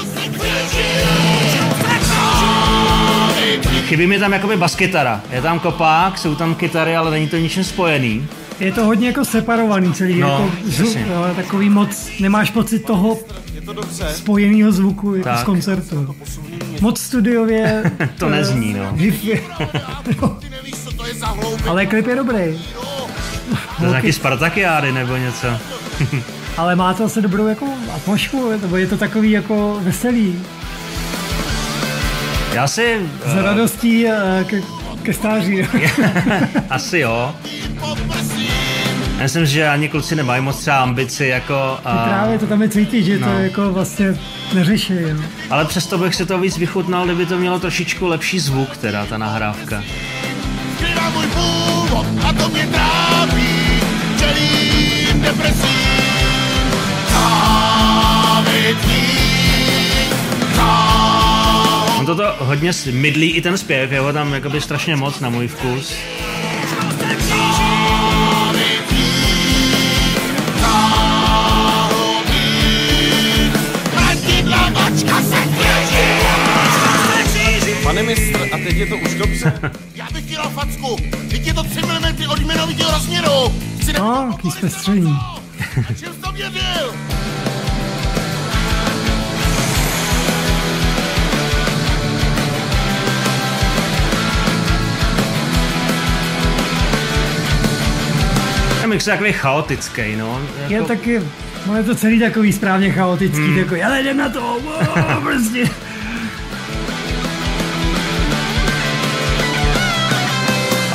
Chybí mi tam jakoby baskytara. Je tam kopák, jsou tam kytary, ale není to ničím spojený. Je to hodně jako separovaný celý, No, jako zvuk, jo, takový moc, nemáš pocit toho spojeného zvuku jako z koncertu. Moc studiově. To nezní, no. Ale klip je dobrý. To je nějaký Spartakiády nebo něco. Ale má to asi dobrou jako atmosféru, nebo je to takový jako veselý. Já si... S radostí ke stáří. Asi jo. Já myslím, že ani kluci nemají moc třeba ambici jako... Právě to tam je cítit, že to jako vlastně neřeší. Jo. Ale přesto bych si to víc vychutnal, kdyby to mělo trošičku lepší zvuk, teda ta nahrávka. skrývá můj původ a to mě trápí, čelím depresím. On toto hodně mydlí i ten zpěv, je ho tam jakoby strašně moc na můj vkus. Pane mistr, a teď je to už dobře. Já bych chtěl facku, teď je to 3 mm od jmenovitého rozměru. No, jaký zpestření. Čím jsi to věděl? Ten mix je takový chaotický, no. Jako... Je taky, no je to celý takový správně chaotický, takový, ale jdem na to, wow, prostě.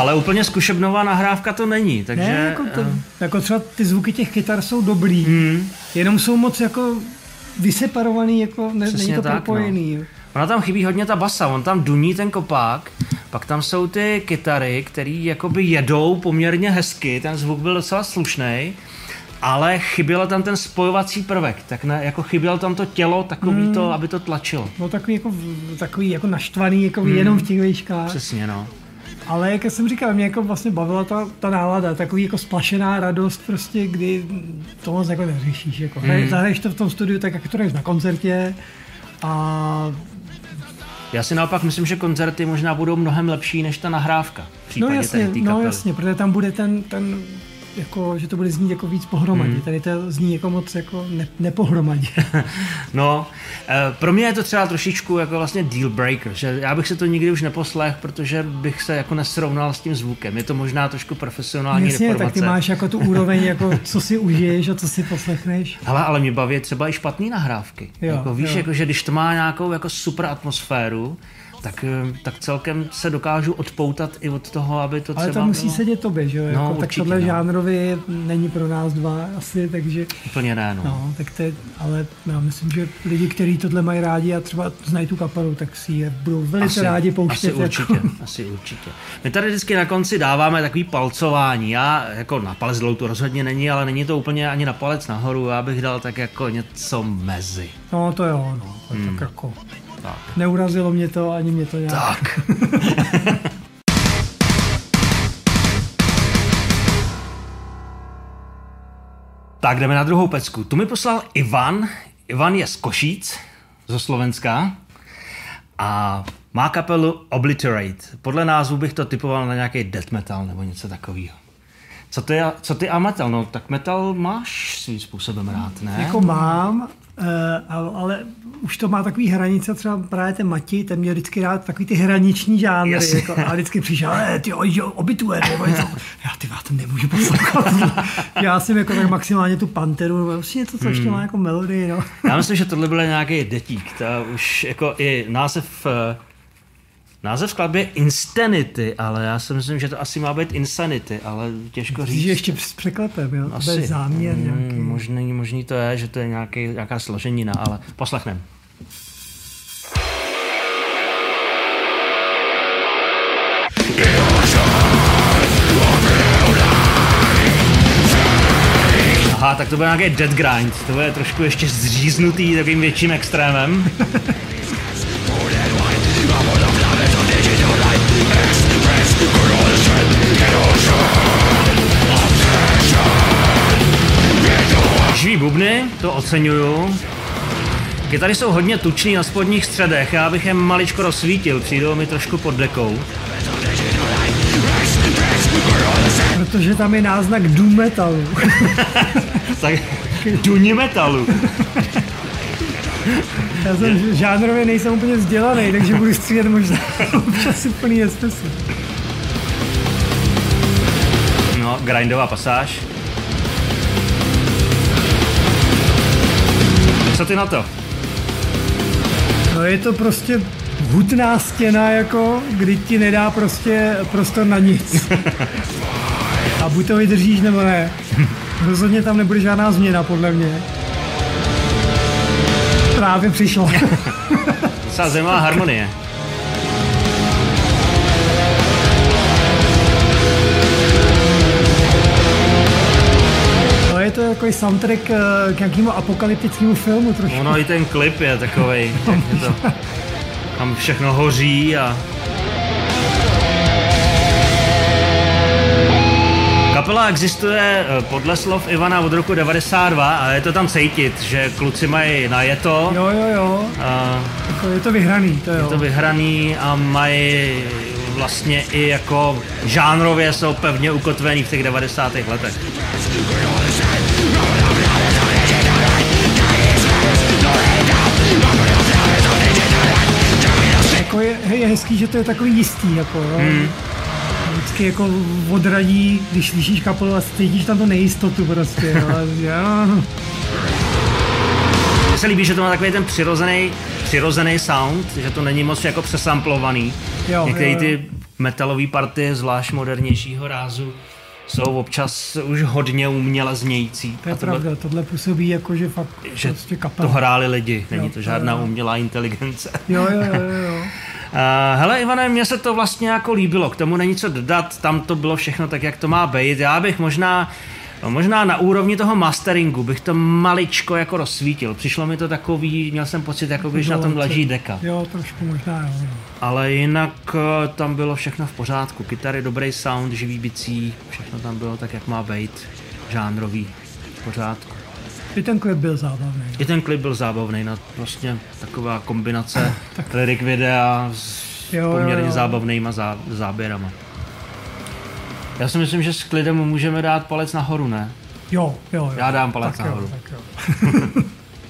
ale úplně zkušebnová nahrávka to není, takže... Ne, jako třeba ty zvuky těch kytar jsou dobrý, jenom jsou moc jako vyseparovaný, jako není to propojený. No. Ona tam chybí hodně ta basa, on tam duní ten kopák, pak tam jsou ty kytary, který jakoby jedou poměrně hezky, ten zvuk byl docela slušnej, ale chyběl tam ten spojovací prvek, tak ne, jako chybělo tam to tělo takový to, aby to tlačilo. No takový jako naštvaný, jako jenom v těch výškách. Přesně, no. Ale jak jsem říkal, mě jako vlastně bavila ta nálada, takový jako splašená radost prostě, kdy to moc jako neřešíš. Jako. Zahraješ to v tom studiu tak, jak to jdeš na koncertě a... Já si naopak myslím, že koncerty možná budou mnohem lepší než ta nahrávka. No jasně, protože tam bude ten jako, že to bude znít jako víc pohromadě. Tady to zní jako moc jako nepohromadě. No, pro mě je to třeba trošičku jako vlastně deal breaker, že já bych se to nikdy už neposlech, protože bych se jako nesrovnal s tím zvukem. Je to možná trošku profesionální deformace. Tak ty máš jako tu úroveň, jako co si užiješ a co si poslechneš. Ale mě baví třeba i špatný nahrávky. Jo, jako, víš, jako, že když to má nějakou jako super atmosféru, tak celkem se dokážu odpoutat i od toho, aby to třeba ale to musí bylo... sedět tobě, že jo? No, jako, určitě, tak tohle žánrově není pro nás dva asi, takže... Úplně ne, no. No, tak to je, ale já myslím, že lidi, kteří tohle mají rádi a třeba znají tu kapelu, tak si je budou velice rádi pouštět. Asi určitě. My tady vždycky na konci dáváme takový palcování. Já jako na palec dolů to rozhodně není, ale není to úplně ani na palec nahoru. Já bych dal tak jako něco mezi. No to jo, no. Tak jako... Tak. Neurazilo mě to, ani mě to nějak. Tak. Tak jdeme na druhou pecku. Tu mi poslal Ivan. Ivan je z Košíc, zo Slovenska a má kapelu Obliterate. Podle názvu bych to typoval na nějaký death metal nebo něco takového. Co ty a metal? No tak metal máš svým způsobem rád, ne? Jako mám, ale už to má takový hranice, třeba právě ten Mati, ten měl vždycky rád takový ty hraniční žánry, jako, a vždycky přišel, ty Obituary, nebo něco. Já to nemůžu poslouchat. Já jsem jako tak maximálně tu Panteru, vlastně něco, co ještě má jako melodii, no. Já myslím, že tohle byl nějaký detík, to už jako i název skladby je Insanity, ale já si myslím, že to asi má být Insanity, ale těžko říct. Že ještě s překlepem, jo? To je záměr nějaký. Možný to je, že to je nějaká složenina, ale poslechneme. Aha, tak to byl nějaký dead grind, to je trošku ještě zříznutý takovým větším extrémem. Živý bubny, to oceňuju. Kytary jsou hodně tučný na spodních středech, já bych je maličko rozsvítil, přijdou mi trošku pod dekou. Protože tam je náznak doom metalu. Tak duní metalu. Já jsem žánrově nejsem úplně vzdělaný, takže budu střílet možná občas úplný nesmysl. No, grindová pasáž. Co ty na to? No je to prostě hutná stěna, jako, kdy ti nedá prostě prostor na nic. A buď to vydržíš, nebo ne. Rozhodně tam nebude žádná změna, podle mě. Právě přišla. Docela zajímavá harmonie. No je to takový soundtrack k nějakému apokalyptickému filmu trošku. No i ten klip je takovej, tam všechno hoří a... Kapela existuje podle slov Ivana od roku 92 a je to tam cítit, že kluci mají najeto. Jo. Je to vyhraný, to jo. Je to vyhraný a mají vlastně i jako žánrově jsou pevně ukotvený v těch 90. letech. Jako je hezký, že to je takový jistý, jako vždycky jako odradí, když slyšíš kapelu a cítíš tam to nejistotu prostě, jo. Mně se líbí, že to má takový ten přirozený sound, že to není moc jako přesamplovaný. Některé ty metalové partie, zvlášť modernějšího rázu, jsou občas už hodně uměle znějící. To je pravda, tohle působí jako, že fakt že prostě kapela. To hráli lidi, není to žádná umělá inteligence. Jo. Hele Ivane, mně se to vlastně jako líbilo, k tomu není co dodat, tam to bylo všechno tak, jak to má být. Já bych možná na úrovni toho masteringu bych to maličko jako rozsvítil. Přišlo mi to takový, měl jsem pocit, jako když na tom leží deka. Jo, trošku možná, jo. Ale jinak tam bylo všechno v pořádku. Kytary, dobrý sound, živý bicí, všechno tam bylo tak, jak má být, žánrový, v pořádku. I ten klip byl zábavný. I ten klip byl zábavný, no vlastně taková kombinace lyric videa s poměrně zábavnýma záběrama. Já si myslím, že s klidem můžeme dát palec nahoru, ne? Jo. Já dám palec nahoru. Tak jo.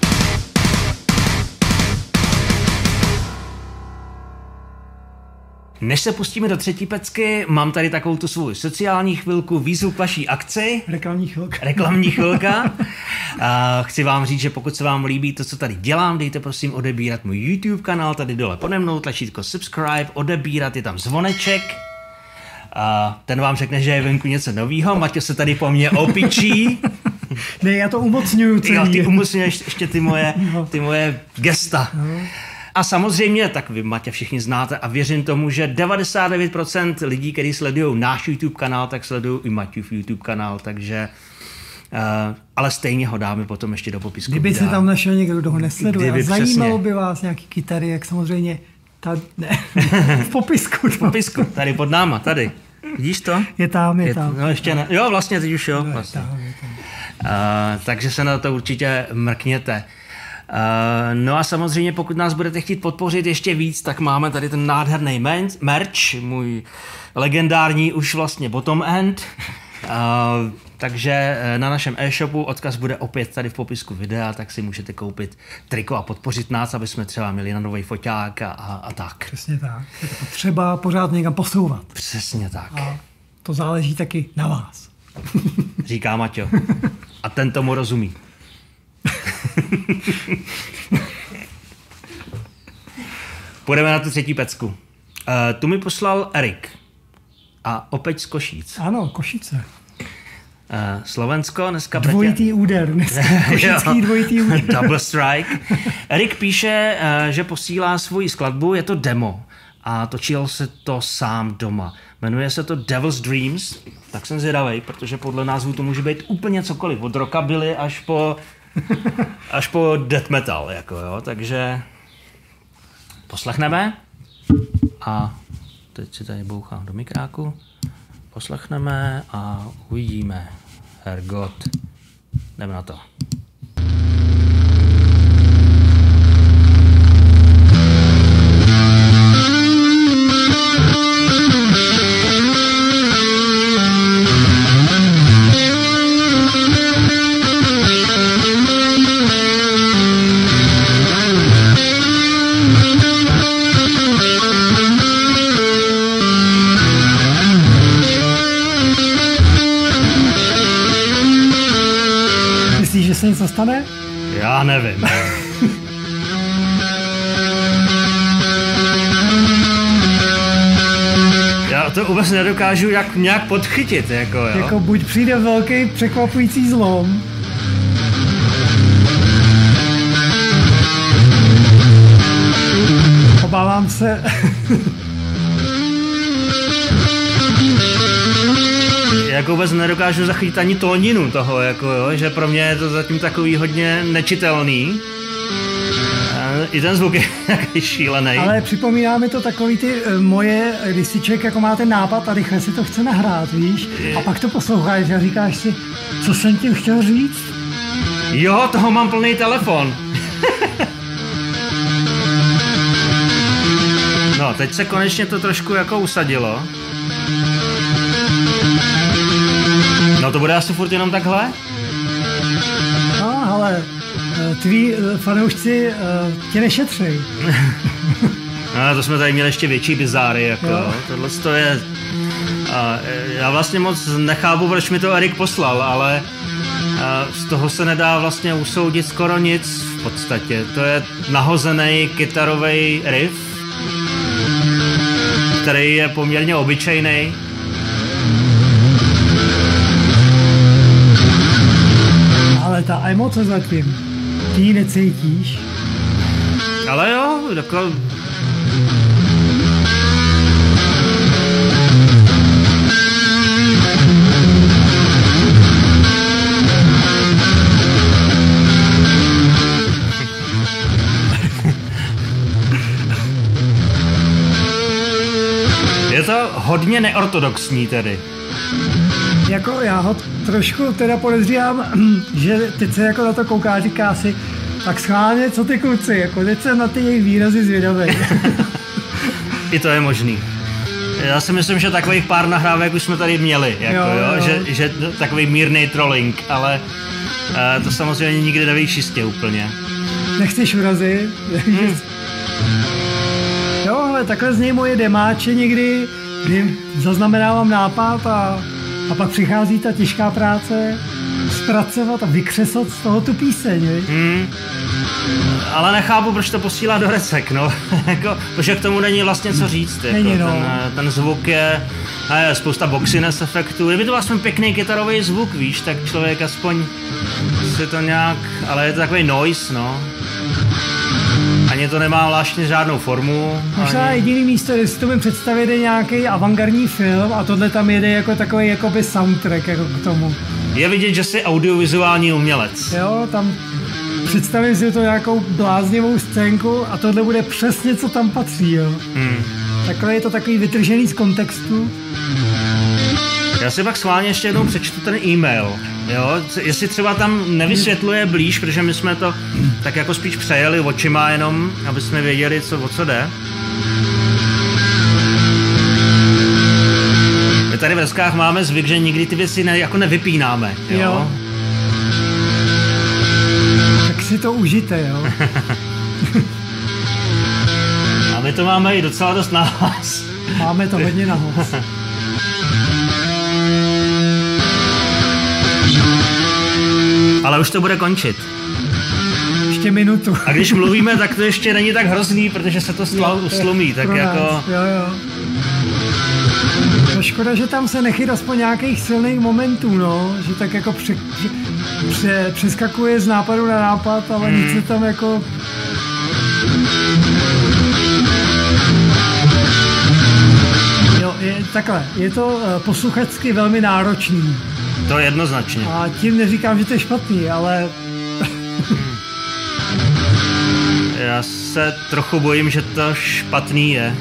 Než se pustíme do třetí pecky, mám tady takovou tu svou sociální chvilku, výzvu k vaší akci. Reklamní chvilka. Chci vám říct, že pokud se vám líbí to, co tady dělám, dejte prosím odebírat můj YouTube kanál, tady dole pode mnou, tlačítko subscribe, odebírat, je tam zvoneček. Ten vám řekne, že je venku něco novýho. Maťo se tady po mně opičí. Ne, já to umocňuju celý. Jo, ty umocňuješ ještě ty moje gesta. No. A samozřejmě, tak vy Maťa všichni znáte a věřím tomu, že 99% lidí, kteří sledují náš YouTube kanál, tak sledují i Maťův YouTube kanál, takže ale stejně ho dáme potom ještě do popisku. Kdyby se tam našel někdo, kdo ho nesleduje a zajímalo by vás nějaký kytary, jak samozřejmě v popisku. V popisku, tady pod náma, tady. Vidíš to? Je tam. No ještě ne. Jo, vlastně teď už jo. No, vlastně. je tam. Takže se na to určitě mrkněte. No a samozřejmě, pokud nás budete chtít podpořit ještě víc, tak máme tady ten nádherný merch, můj legendární už vlastně bottom end. Takže na našem e-shopu odkaz bude opět tady v popisku videa, tak si můžete koupit triko a podpořit nás, aby jsme třeba měli na nový foťák a tak. Přesně tak. Je to potřeba pořád někam posouvat. Přesně tak. A to záleží taky na vás. Říká Maťo. A ten tomu rozumí. Půjdeme na tu třetí pecku. Tu mi poslal Erik. A opět z Košíc. Ano, Košice. Slovensko dneska... Dvojitý úder. Dneska košický dvojitý úder. Double strike. Erik píše, že posílá svoji skladbu, je to demo. A točil se to sám doma. Jmenuje se to Devil's Dreams. Tak jsem zvědavej, protože podle názvu to může být úplně cokoliv. Od rockabilly až po death metal. Jako jo. Takže poslechneme. A teď si tady bouchám do mikráku. Poslechneme a uvidíme. Hergot. Jdeme na to. Myslíš, že se něco stane? Já nevím. Já to vůbec nedokážu nějak podchytit. Jako buď přijde velký překvapující zlom, obávám se. Jako vůbec nedokážu zachytit ani tóninu toho, jako jo, že pro mě je to zatím takový hodně nečitelný. I ten zvuk je nějaký šílený. Ale připomíná mi to takový ty moje, když si člověk jako má ten nápad a rychle si to chce nahrát, víš? A pak to posloucháš a říkáš si, co jsem tím chtěl říct? Jo, toho mám plný telefon. No, teď se konečně to trošku jako usadilo. No to bude asi furt jenom takhle? No, ale tví fanoušci tě nešetřej. No, to jsme tady měli ještě větší bizáry, jako. Tohle to je... já vlastně moc nechápu, proč mi to Erik poslal, ale z toho se nedá vlastně usoudit skoro nic v podstatě. To je nahozený kytarový riff, který je poměrně obyčejný. Ale ta emoce zatím, ty ji necítíš. Ale jo, jako... Je to hodně neortodoxní tedy. Jako já ho trošku teda podezřívám, že teď se jako na to kouká, říká si, tak schválně, co ty kluci, jako teď jsem na ty jejich výrazy zvědavý. I to je možný. Já si myslím, že takových pár nahrávek už jsme tady měli, jako, jo. Že takový mírný trolling, ale to samozřejmě nikdy nevíš čistě úplně. Nechceš urazit. Jo, ale takhle z něj moje demáče někdy, kdy zaznamenávám nápad a pak přichází ta těžká práce zpracovat a vykřesat z toho tu píseň, Ale nechápu, proč to posílá do Recek, no. Jako, protože k tomu není vlastně co říct. Jako, není, no. ten zvuk je spousta boxiness efektů. Kdyby to vlastně pěkný kytarový zvuk, víš, tak člověk aspoň si to nějak... Ale je to takový noise, no. Ani to nemá vlastně žádnou formu. Možná jediný místo, jestli to mi představit, je nějaký avantgardní film a tohle tam jede jako takový jakoby soundtrack jako k tomu. Je vidět, že jsi audiovizuální umělec. Jo, tam představím si to nějakou bláznivou scénku a tohle bude přesně, co tam patří, jo. Takhle je to takový vytržený z kontextu. Já si pak schválně ještě jednou přečtu ten e-mail, jo, jestli třeba tam nevysvětluje blíž, protože my jsme to tak jako spíš přejeli očima jenom, aby jsme věděli, o co jde. My tady v Reskách máme zvyk, že nikdy ty věci jako nevypínáme, jo. Tak si to užijte, jo. A my to máme i docela dost nahlas. Máme to hodně nahlas. Ale už to bude končit. Ještě minutu. A když mluvíme, tak to ještě není tak hrozný, protože se to slumí, tak jako... Jo. No škoda, že tam se nechyt aspoň nějakých silných momentů, no. Že tak jako přeskakuje z nápadu na nápad, ale nic se tam jako... Jo, takhle, je to posluchačsky velmi náročný. To je jednoznačně. A tím neříkám, že to je špatný, ale... Já se trochu bojím, že to špatný je.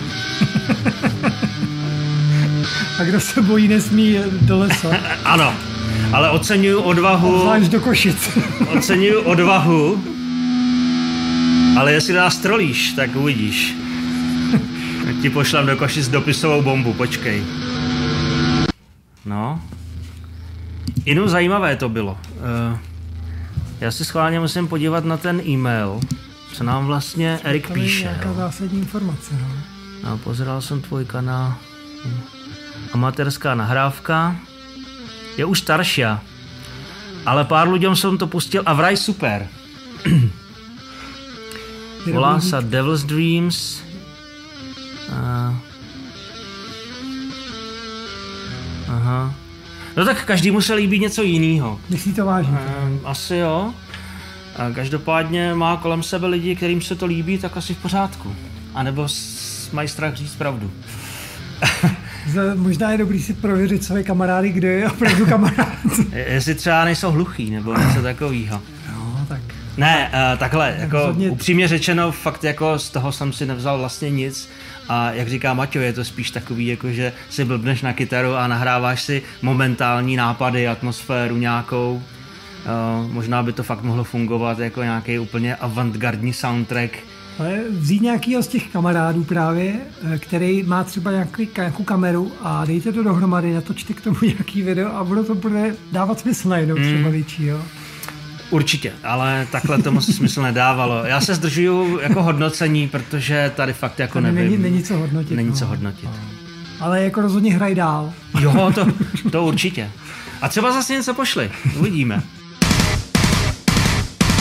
A kdo se bojí, nesmí do lesa. Ano, ale oceňuju odvahu... Zvlášť do Košic. Oceňuju odvahu, ale jestli nás trolíš, tak uvidíš. Tak ti pošlám do Košic dopisovou bombu, počkej. No... Jinou zajímavé to bylo. Já si schválně musím podívat na ten e-mail, co nám vlastně Erik píše. To je nějaká zásadní informace, no. No, pozeral jsem tvůj kanál. Amatérská nahrávka. Je už starší, ale pár lidem jsem to pustil a vraj super. Volá se Devil's Dreams. Aha. No tak každému se líbí něco jiného. Myslí to vážně? Asi jo. A každopádně má kolem sebe lidi, kterým se to líbí, tak asi v pořádku. A nebo mají strach říct pravdu. Možná je dobrý si prověřit své kamarády, kdo je opravdu kamarád. Jestli třeba nejsou hluchý, nebo něco takového. No, tak. Ne, takhle, jako rozhodně... upřímně řečeno, fakt jako z toho jsem si nevzal vlastně nic. A jak říká Maťo, je to spíš takový, jako že si blbneš na kytaru a nahráváš si momentální nápady, atmosféru nějakou. Možná by to fakt mohlo fungovat jako nějaký úplně avantgardní soundtrack. Ale vzít nějakýho z těch kamarádů právě, který má třeba nějakou kameru a dejte to dohromady, natočte k tomu nějaký video a to bude dávat smysl najednou třeba větší, jo? Určitě, ale takhle to moc smysl nedávalo. Já se zdržuju jako hodnocení, protože tady fakt jako nevím. Není co hodnotit. Není co hodnotit. Ale jako rozhodně hraj dál. Jo, to určitě. A třeba zase něco pošli, uvidíme.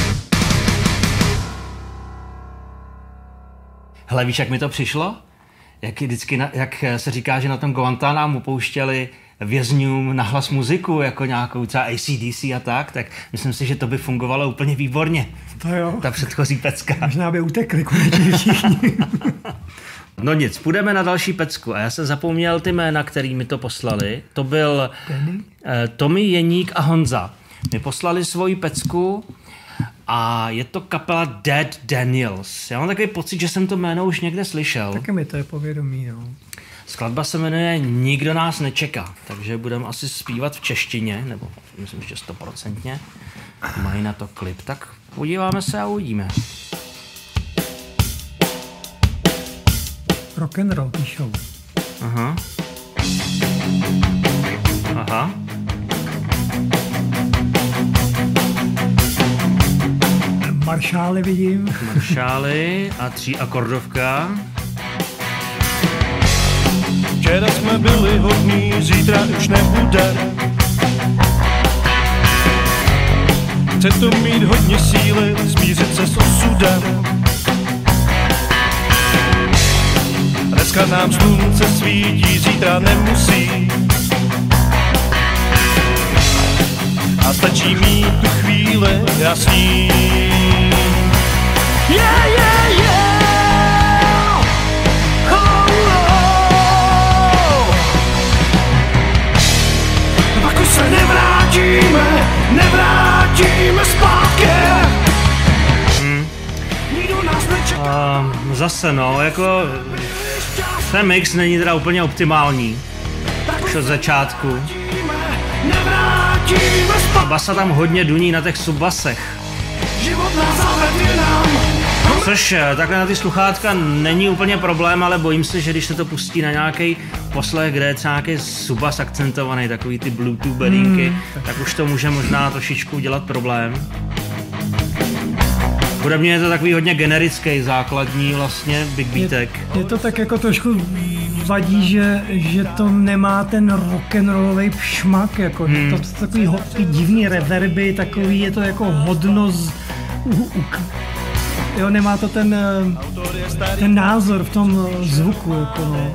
Hele, víš, jak mi to přišlo? jak se říká, že na tom Guantánamu pouštěli vězňům nahlas muziku, jako nějakou třeba AC/DC a tak myslím si, že to by fungovalo úplně výborně. To jo. Ta předchozí pecka. Možná by utekli konečně všichni. No nic, půjdeme na další pecku a já jsem zapomněl ty jména, který mi to poslali. To byl Tommy, Jeník a Honza. Mi poslali svoji pecku a je to kapela Dead Daniels. Já mám takový pocit, že jsem to jméno už někde slyšel. Taky mi to je povědomí, no. Skladba se jmenuje Nikdo nás nečeká, takže budeme asi zpívat v češtině, nebo myslím, že 100%. Mají na to klip, tak podíváme se a uvidíme. Rock and roll píšou. Aha. Maršály vidím. Maršály a 3akordovka. Včera jsme byli hodní, zítra už nebude. Chce to mít hodně síly, smířit se s osudem. Dneska nám slunce svítí, zítra nemusí. A stačí mít tu chvíli jasný. Yeah, yeah, yeah. Oh, oh. Pak už se nevrátíme zpátky. Nikdo nás nečeká. Zase no, jako ten mix není teda úplně optimální. Už od začátku. Basa tam hodně duní na těch subbasech. Což takhle na ty sluchátka není úplně problém, ale bojím se, že když se to pustí na nějaký poslech, kde je třeba nějaký subbas akcentovaný, takový ty Bluetooth bedínky, tak už to může možná trošičku udělat problém. Bude mě je to takový hodně generický, základní vlastně big beatek. Je to tak jako trošku vadí, že to nemá ten rock'n'rollový šmak, jako to takový divný reverby, takový je to jako hodnost, jo, nemá to ten názor v tom zvuku, jako no.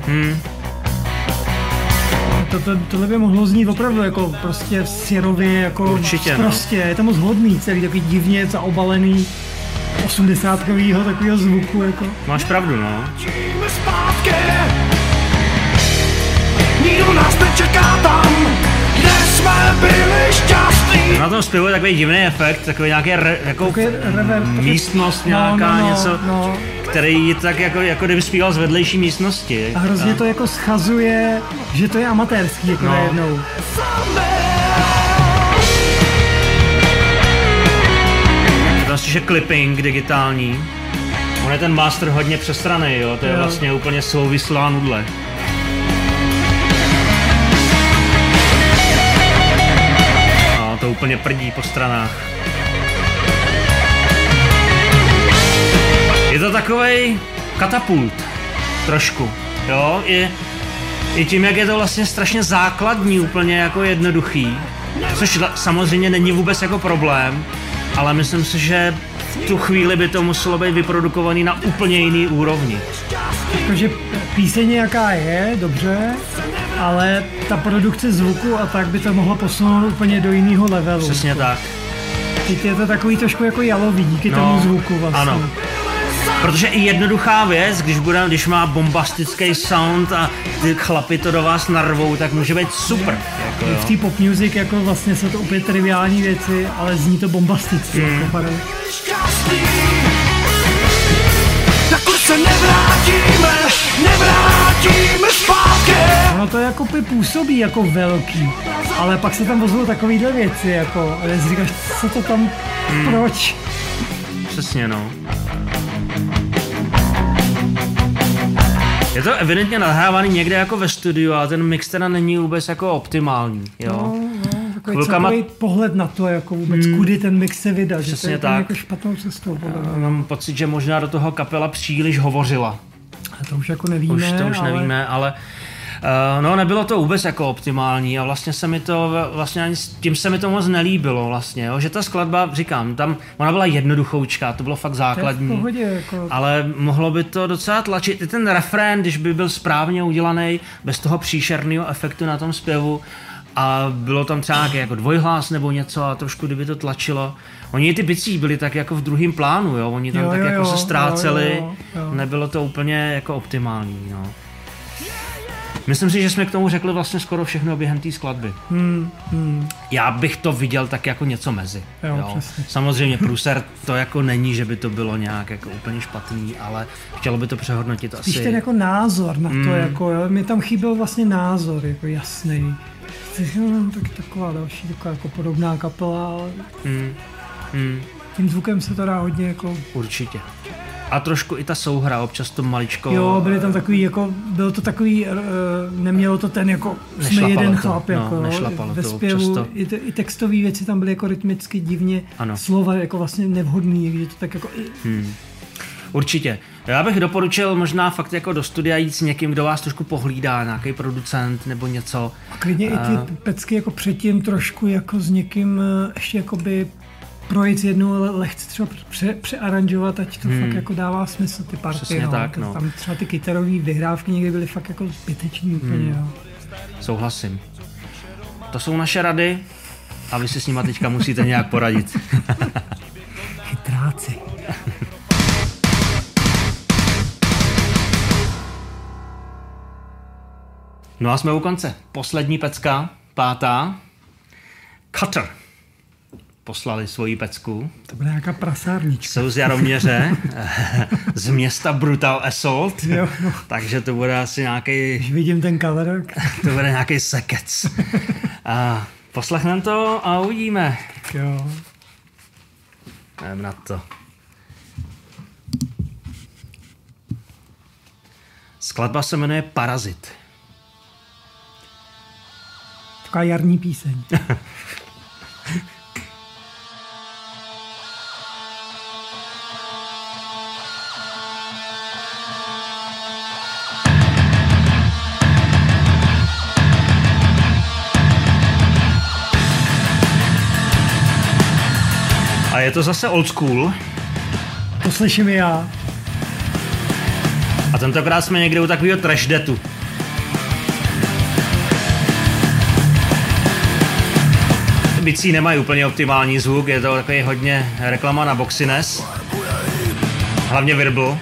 Tohle by mohlo znít opravdu jako prostě syrově, jako určitě, prostě, je to moc hodný, celý takový divně zaobalený 80kovýho takového zvuku, jako. Máš pravdu, no. Nikdo nás nečeká tam, kde jsme byli šťastní. Na tom zpěvu je takový divný efekt, takový nějaký místnost nějaká, něco, který je tak jako kdyby zpíval z vedlejší místnosti. A hrozně to jako schazuje, že to je amatérský, jako najednou. Vlastně, že clipping digitální. On je ten master hodně přestranej, jo, to je vlastně úplně souvislá nudle. No, to úplně prdí po stranách. Je to takovej katapult, trošku, jo, i tím, jak je to vlastně strašně základní, úplně jako jednoduchý, což samozřejmě není vůbec jako problém, ale myslím si, že v tu chvíli by to muselo být vyprodukovaný na úplně jiný úrovni. Takže píseň jaká je, dobře, ale ta produkce zvuku a tak by to mohlo posunout úplně do jiného levelu. Přesně tak. Teď je to takový trošku jako jalový díky tomu zvuku vlastně. Ano. Protože i jednoduchá věc, když má bombastický sound a ty chlapi to do vás narvou, tak může být super. Jako, v té pop music jako vlastně jsou to úplně triviální věci, ale zní to bombasticky. Jako tak už se nevrátíme zpátky. Ono to jako působí jako velký, ale pak se tam ozvou takovýhle věci, jako, ale si říkáš, co to tam, proč? Přesně, no. Je to evidentně nahrávaný někde jako ve studiu, ale ten mix teda není vůbec jako optimální, jo. Takový celkový pohled na to, jako vůbec, kudy ten mix se vydá, že to je jako špatnou cestou. Mám pocit, že možná do toho kapela příliš hovořila. A to už jako nevíme, nevíme, ale No, nebylo to vůbec jako optimální a vlastně se mi to, ani tím se mi to moc nelíbilo vlastně, jo? Že ta skladba, říkám, tam ona byla jednoduchoučká, to bylo fakt základní, v pohodě, jako... ale mohlo by to docela tlačit. I ten refrén, když by byl správně udělaný, bez toho příšerného efektu na tom zpěvu, a bylo tam třeba nějaký jako dvojhlás nebo něco a trošku kdyby to tlačilo. Oni ty bicí byli tak jako v druhém plánu, jo? Oni tam jako se ztráceli, nebylo to úplně jako optimální, no. Myslím si, že jsme k tomu řekli vlastně skoro všechno během té skladby. Já bych to viděl tak jako něco mezi. Jo. Samozřejmě průser to jako není, že by to bylo nějak jako úplně špatný, ale chtělo by to přehodnotit spíš asi. Ten jako názor na to, jako, jo. Mě tam chyběl vlastně názor, jako jasný. Tak taková další, taková jako podobná kapela, ale tím zvukem se to dá hodně jako... Určitě. A trošku i ta souhra, občas to maličko... Jo, byly tam takový, jako, bylo to takový, nemělo to ten jako, jsme jeden chlap, jako, nešlapalo ve to zpěvu, to. I textové věci tam byly jako rytmicky divně, slova jako vlastně nevhodný, že to tak jako... Určitě. Já bych doporučil možná fakt jako do studia jít s někým, kdo vás trošku pohlídá, nějaký producent nebo něco. A klidně i ty pecky jako předtím trošku jako s někým ještě jakoby projít jednou, ale lehce třeba přearanžovat, ať to fakt jako dává smysl ty party. Přesně tak, no. Tam třeba ty kytarové vyhrávky někdy byly fakt jako zbytečný úplně, jo. Souhlasím. To jsou naše rady a vy si s nima teďka musíte nějak poradit. Chytráci. No a jsme u konce. Poslední pecka, 5. Cutter poslali svoji pecku. To byla nějaká prasárnička. Jsou z Jaroměře, z města Brutal Assault, jo, no. Takže to bude asi nějaký... Když vidím ten cover. To bude nějaký sekec. Poslechneme to a uvidíme. Jo. Jdem na to. Skladba se jmenuje Parazit. Taková jarní píseň. A je to zase old school. To slyším i já. A tentokrát jsme někde u takového trash deathu. Bicí nemají úplně optimální zvuk, je to takový hodně reklama na Boxines. Hlavně Virbl.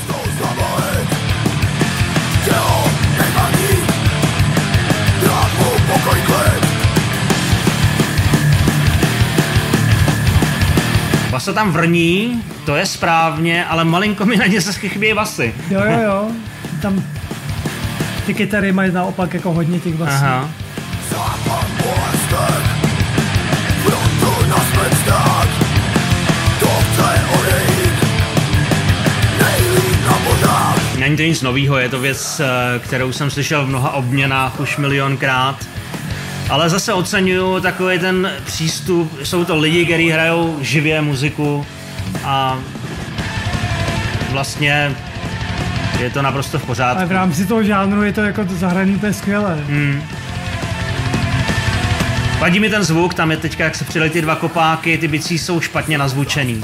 Basa tam vrní, to je správně, ale malinko mi na ně se chybějí basy. Jo. Tam ty kytary mají naopak jako hodně těch basů. Aha. Není to nic novýho, je to věc, kterou jsem slyšel v mnoha obměnách už milionkrát. Ale zase oceňuju takový ten přístup, jsou to lidi, kteří hrajou živě muziku a vlastně je to naprosto v pořádku. Ale v rámci toho žánru je to jako zahraný úplně skvěle. Vadí mi ten zvuk, tam je teďka, jak se přidali ty 2 kopáky, ty bicí jsou špatně nazvučený.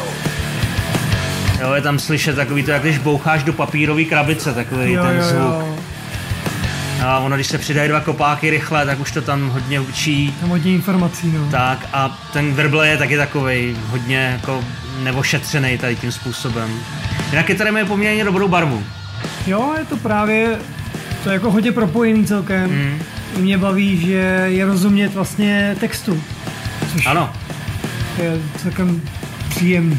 Jo, je tam slyšet takový to, jak když boucháš do papírové krabice, takový ten zvuk. A ono, když se přidají 2 kopáky rychle, tak už to tam hodně učí. Tam hodně informací, no. Tak a ten Virbl je taky takovej hodně jako neošetřenej tady tím způsobem. Jinak kytary mají poměrně dobrou barvu. Jo, je to právě, to je jako hodně propojený celkem. Mě baví, že je rozumět vlastně textu. Což ano. Je celkem příjemný.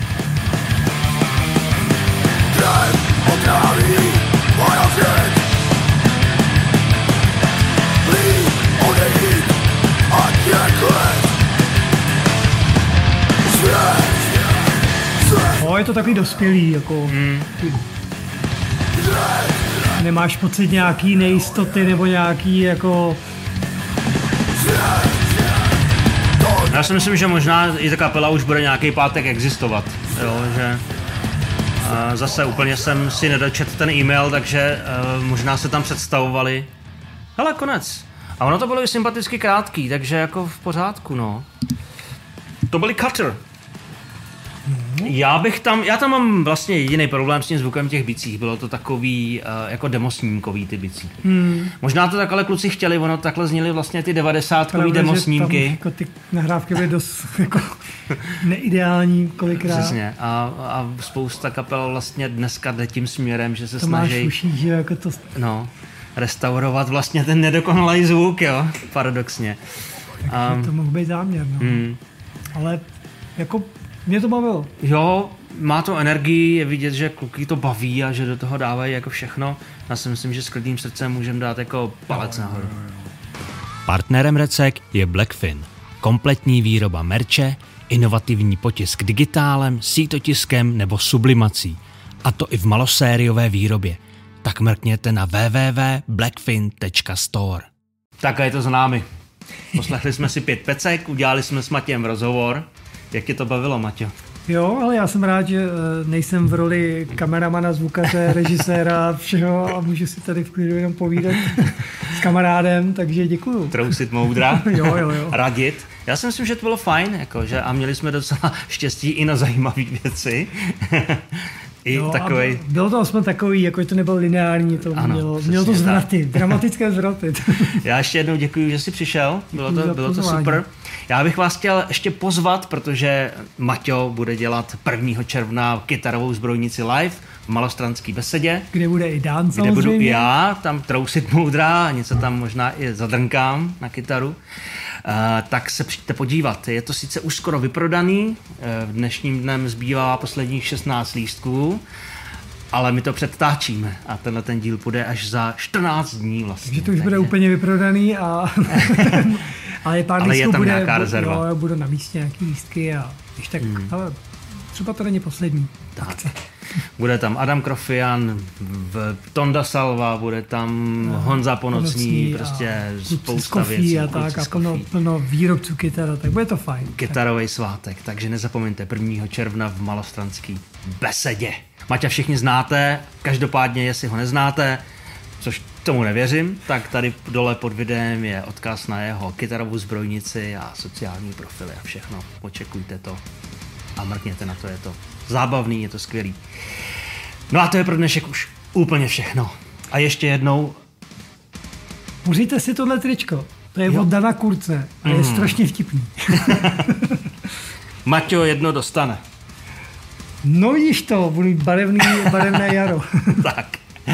No, je to takový dospělý, jako... Nemáš pocit nějaký nejistoty nebo nějaký, jako... Já si myslím, že možná i ta kapela už bude nějaký pátek existovat, jo, že... Zase úplně jsem si nedočetl ten e-mail, takže možná se tam představovali. Hele, konec. A ono to bylo i sympaticky krátký, takže jako v pořádku, no. To byli Cutter. Já tam mám vlastně jediný problém s tím zvukem těch bicích. Bylo to takový jako demosnímkový ty bicí. Možná to tak ale kluci chtěli, ono takhle zněly vlastně ty 90kový demosnímky. Jako ty nahrávky byly dost jako neideální kolikrát. Přesně. A spousta kapel vlastně dneska jde tím směrem, že se to snaží... máš uší, že jako to... No, restaurovat vlastně ten nedokonalý zvuk, jo, paradoxně. Takže to mohl být záměr, no. Ale jako mě to bavilo. Jo, má to energii, je vidět, že kluky to baví a že do toho dávají jako všechno. Já si myslím, že s klidným srdcem můžeme dát jako palec nahoru. Partnerem Recek je Blackfin. Kompletní výroba merče, inovativní potisk digitálem, sítotiskem nebo sublimací. A to i v malosériové výrobě. Tak mrkněte na www.blackfin.store. Tak a je to za námi. Poslechli jsme si 5 pecek, udělali jsme s Matějem rozhovor. Jak tě to bavilo, Maťo? Jo, ale já jsem rád, že nejsem v roli kameramana, zvukaře, režiséra, všeho a můžu si tady v klidu jenom povídat s kamarádem, takže děkuju. Trousit moudra, jo. radit. Já si myslím, že to bylo fajn, jakože, a měli jsme docela štěstí i na zajímavé věci. Bylo to aspoň takový, jako to nebylo lineární, to mělo to zvraty, dramatické zvraty. Já ještě jednou děkuji, že jsi přišel, bylo to super. Já bych vás chtěl ještě pozvat, protože Maťo bude dělat 1. června kytarovou zbrojnici live v Malostranské besedě. Kde bude i Dan samozřejmě. Kde budu i já, tam trousit moudra a něco tam možná i zadrnkám na kytaru. Tak se přijďte podívat. Je to sice už skoro vyprodaný, v dnešním dnem zbývá posledních 16 lístků, ale my to předtáčíme a tenhle ten díl půjde až za 14 dní vlastně. Takže to už bude úplně vyprodaný ale pár lístků bude nějaká rezerva. Jo, budou na místě nějaký lístky a když tak, ale třeba to není poslední. Tak. Bude tam Adam Krofian, Tonda Salva, bude tam Honza Ponocný, prostě spousta věcí. A plno výrobců kytar, tak bude to fajn. Kytarový svátek, takže nezapomeňte 1. června v Malostranské besedě. Maťa všichni znáte, každopádně jestli ho neznáte, což tomu nevěřím, tak tady dole pod videem je odkaz na jeho kytarovou zbrojnici a sociální profily a všechno. Očekujte to a mrkněte na to, je to zábavný, je to skvělý. No a to je pro dnešek už úplně všechno. A ještě jednou... Pořijte si tohle tričko. To je od Dana Kurce a je strašně vtipný. Maťo jedno dostane. No již to, budu mít barevné jaro. Tak.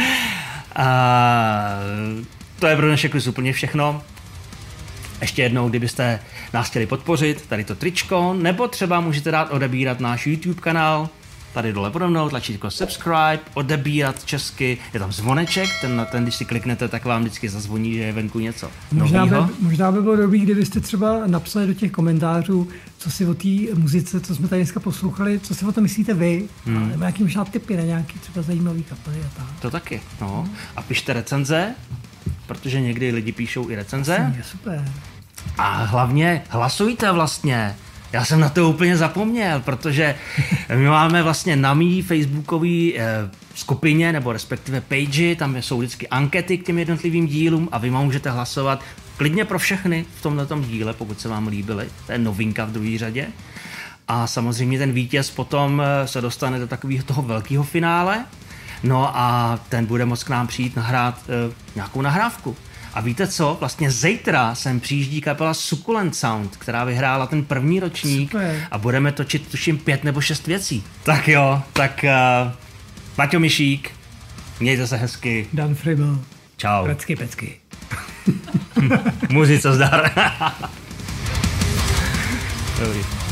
To je pro dnešek už úplně všechno. Ještě jednou, kdybyste nás chtěli podpořit, tady to tričko, nebo třeba můžete dát odebírat náš YouTube kanál, tady dole pode mnou, tlačítko subscribe, odebírat česky, je tam zvoneček, ten když si kliknete, tak vám vždycky zazvoní, že je venku něco novýho. Možná by bylo dobrý, kdybyste třeba napsali do těch komentářů, co si o té muzice, co jsme tady dneska poslouchali, co si o tom myslíte vy, nebo nějaký možná tipy na nějaký třeba zajímavý kapely a tak. To taky, no. A pište recenze, protože někdy lidi píšou i recenze. Je super. A hlavně hlasujte vlastně. Já jsem na to úplně zapomněl, protože my máme vlastně na mý facebookový skupině, nebo respektive page, tam jsou vždycky ankety k těm jednotlivým dílům a vy můžete hlasovat klidně pro všechny v tomhletom díle, pokud se vám líbily. To je novinka v druhé řadě. A samozřejmě ten vítěz potom se dostane do takového toho velkého finále. No a ten bude moct k nám přijít nahrát nějakou nahrávku. A víte co? Vlastně zítra sem přijíždí kapela Succulent Sound, která vyhrála ten 1. ročník. Super. A budeme točit tuším 5 nebo 6 věcí. Tak jo, tak Maťo Mišík, mějte se hezky. Dan Fribel. Čau. Pecky. Muzice zdar. Dobrý.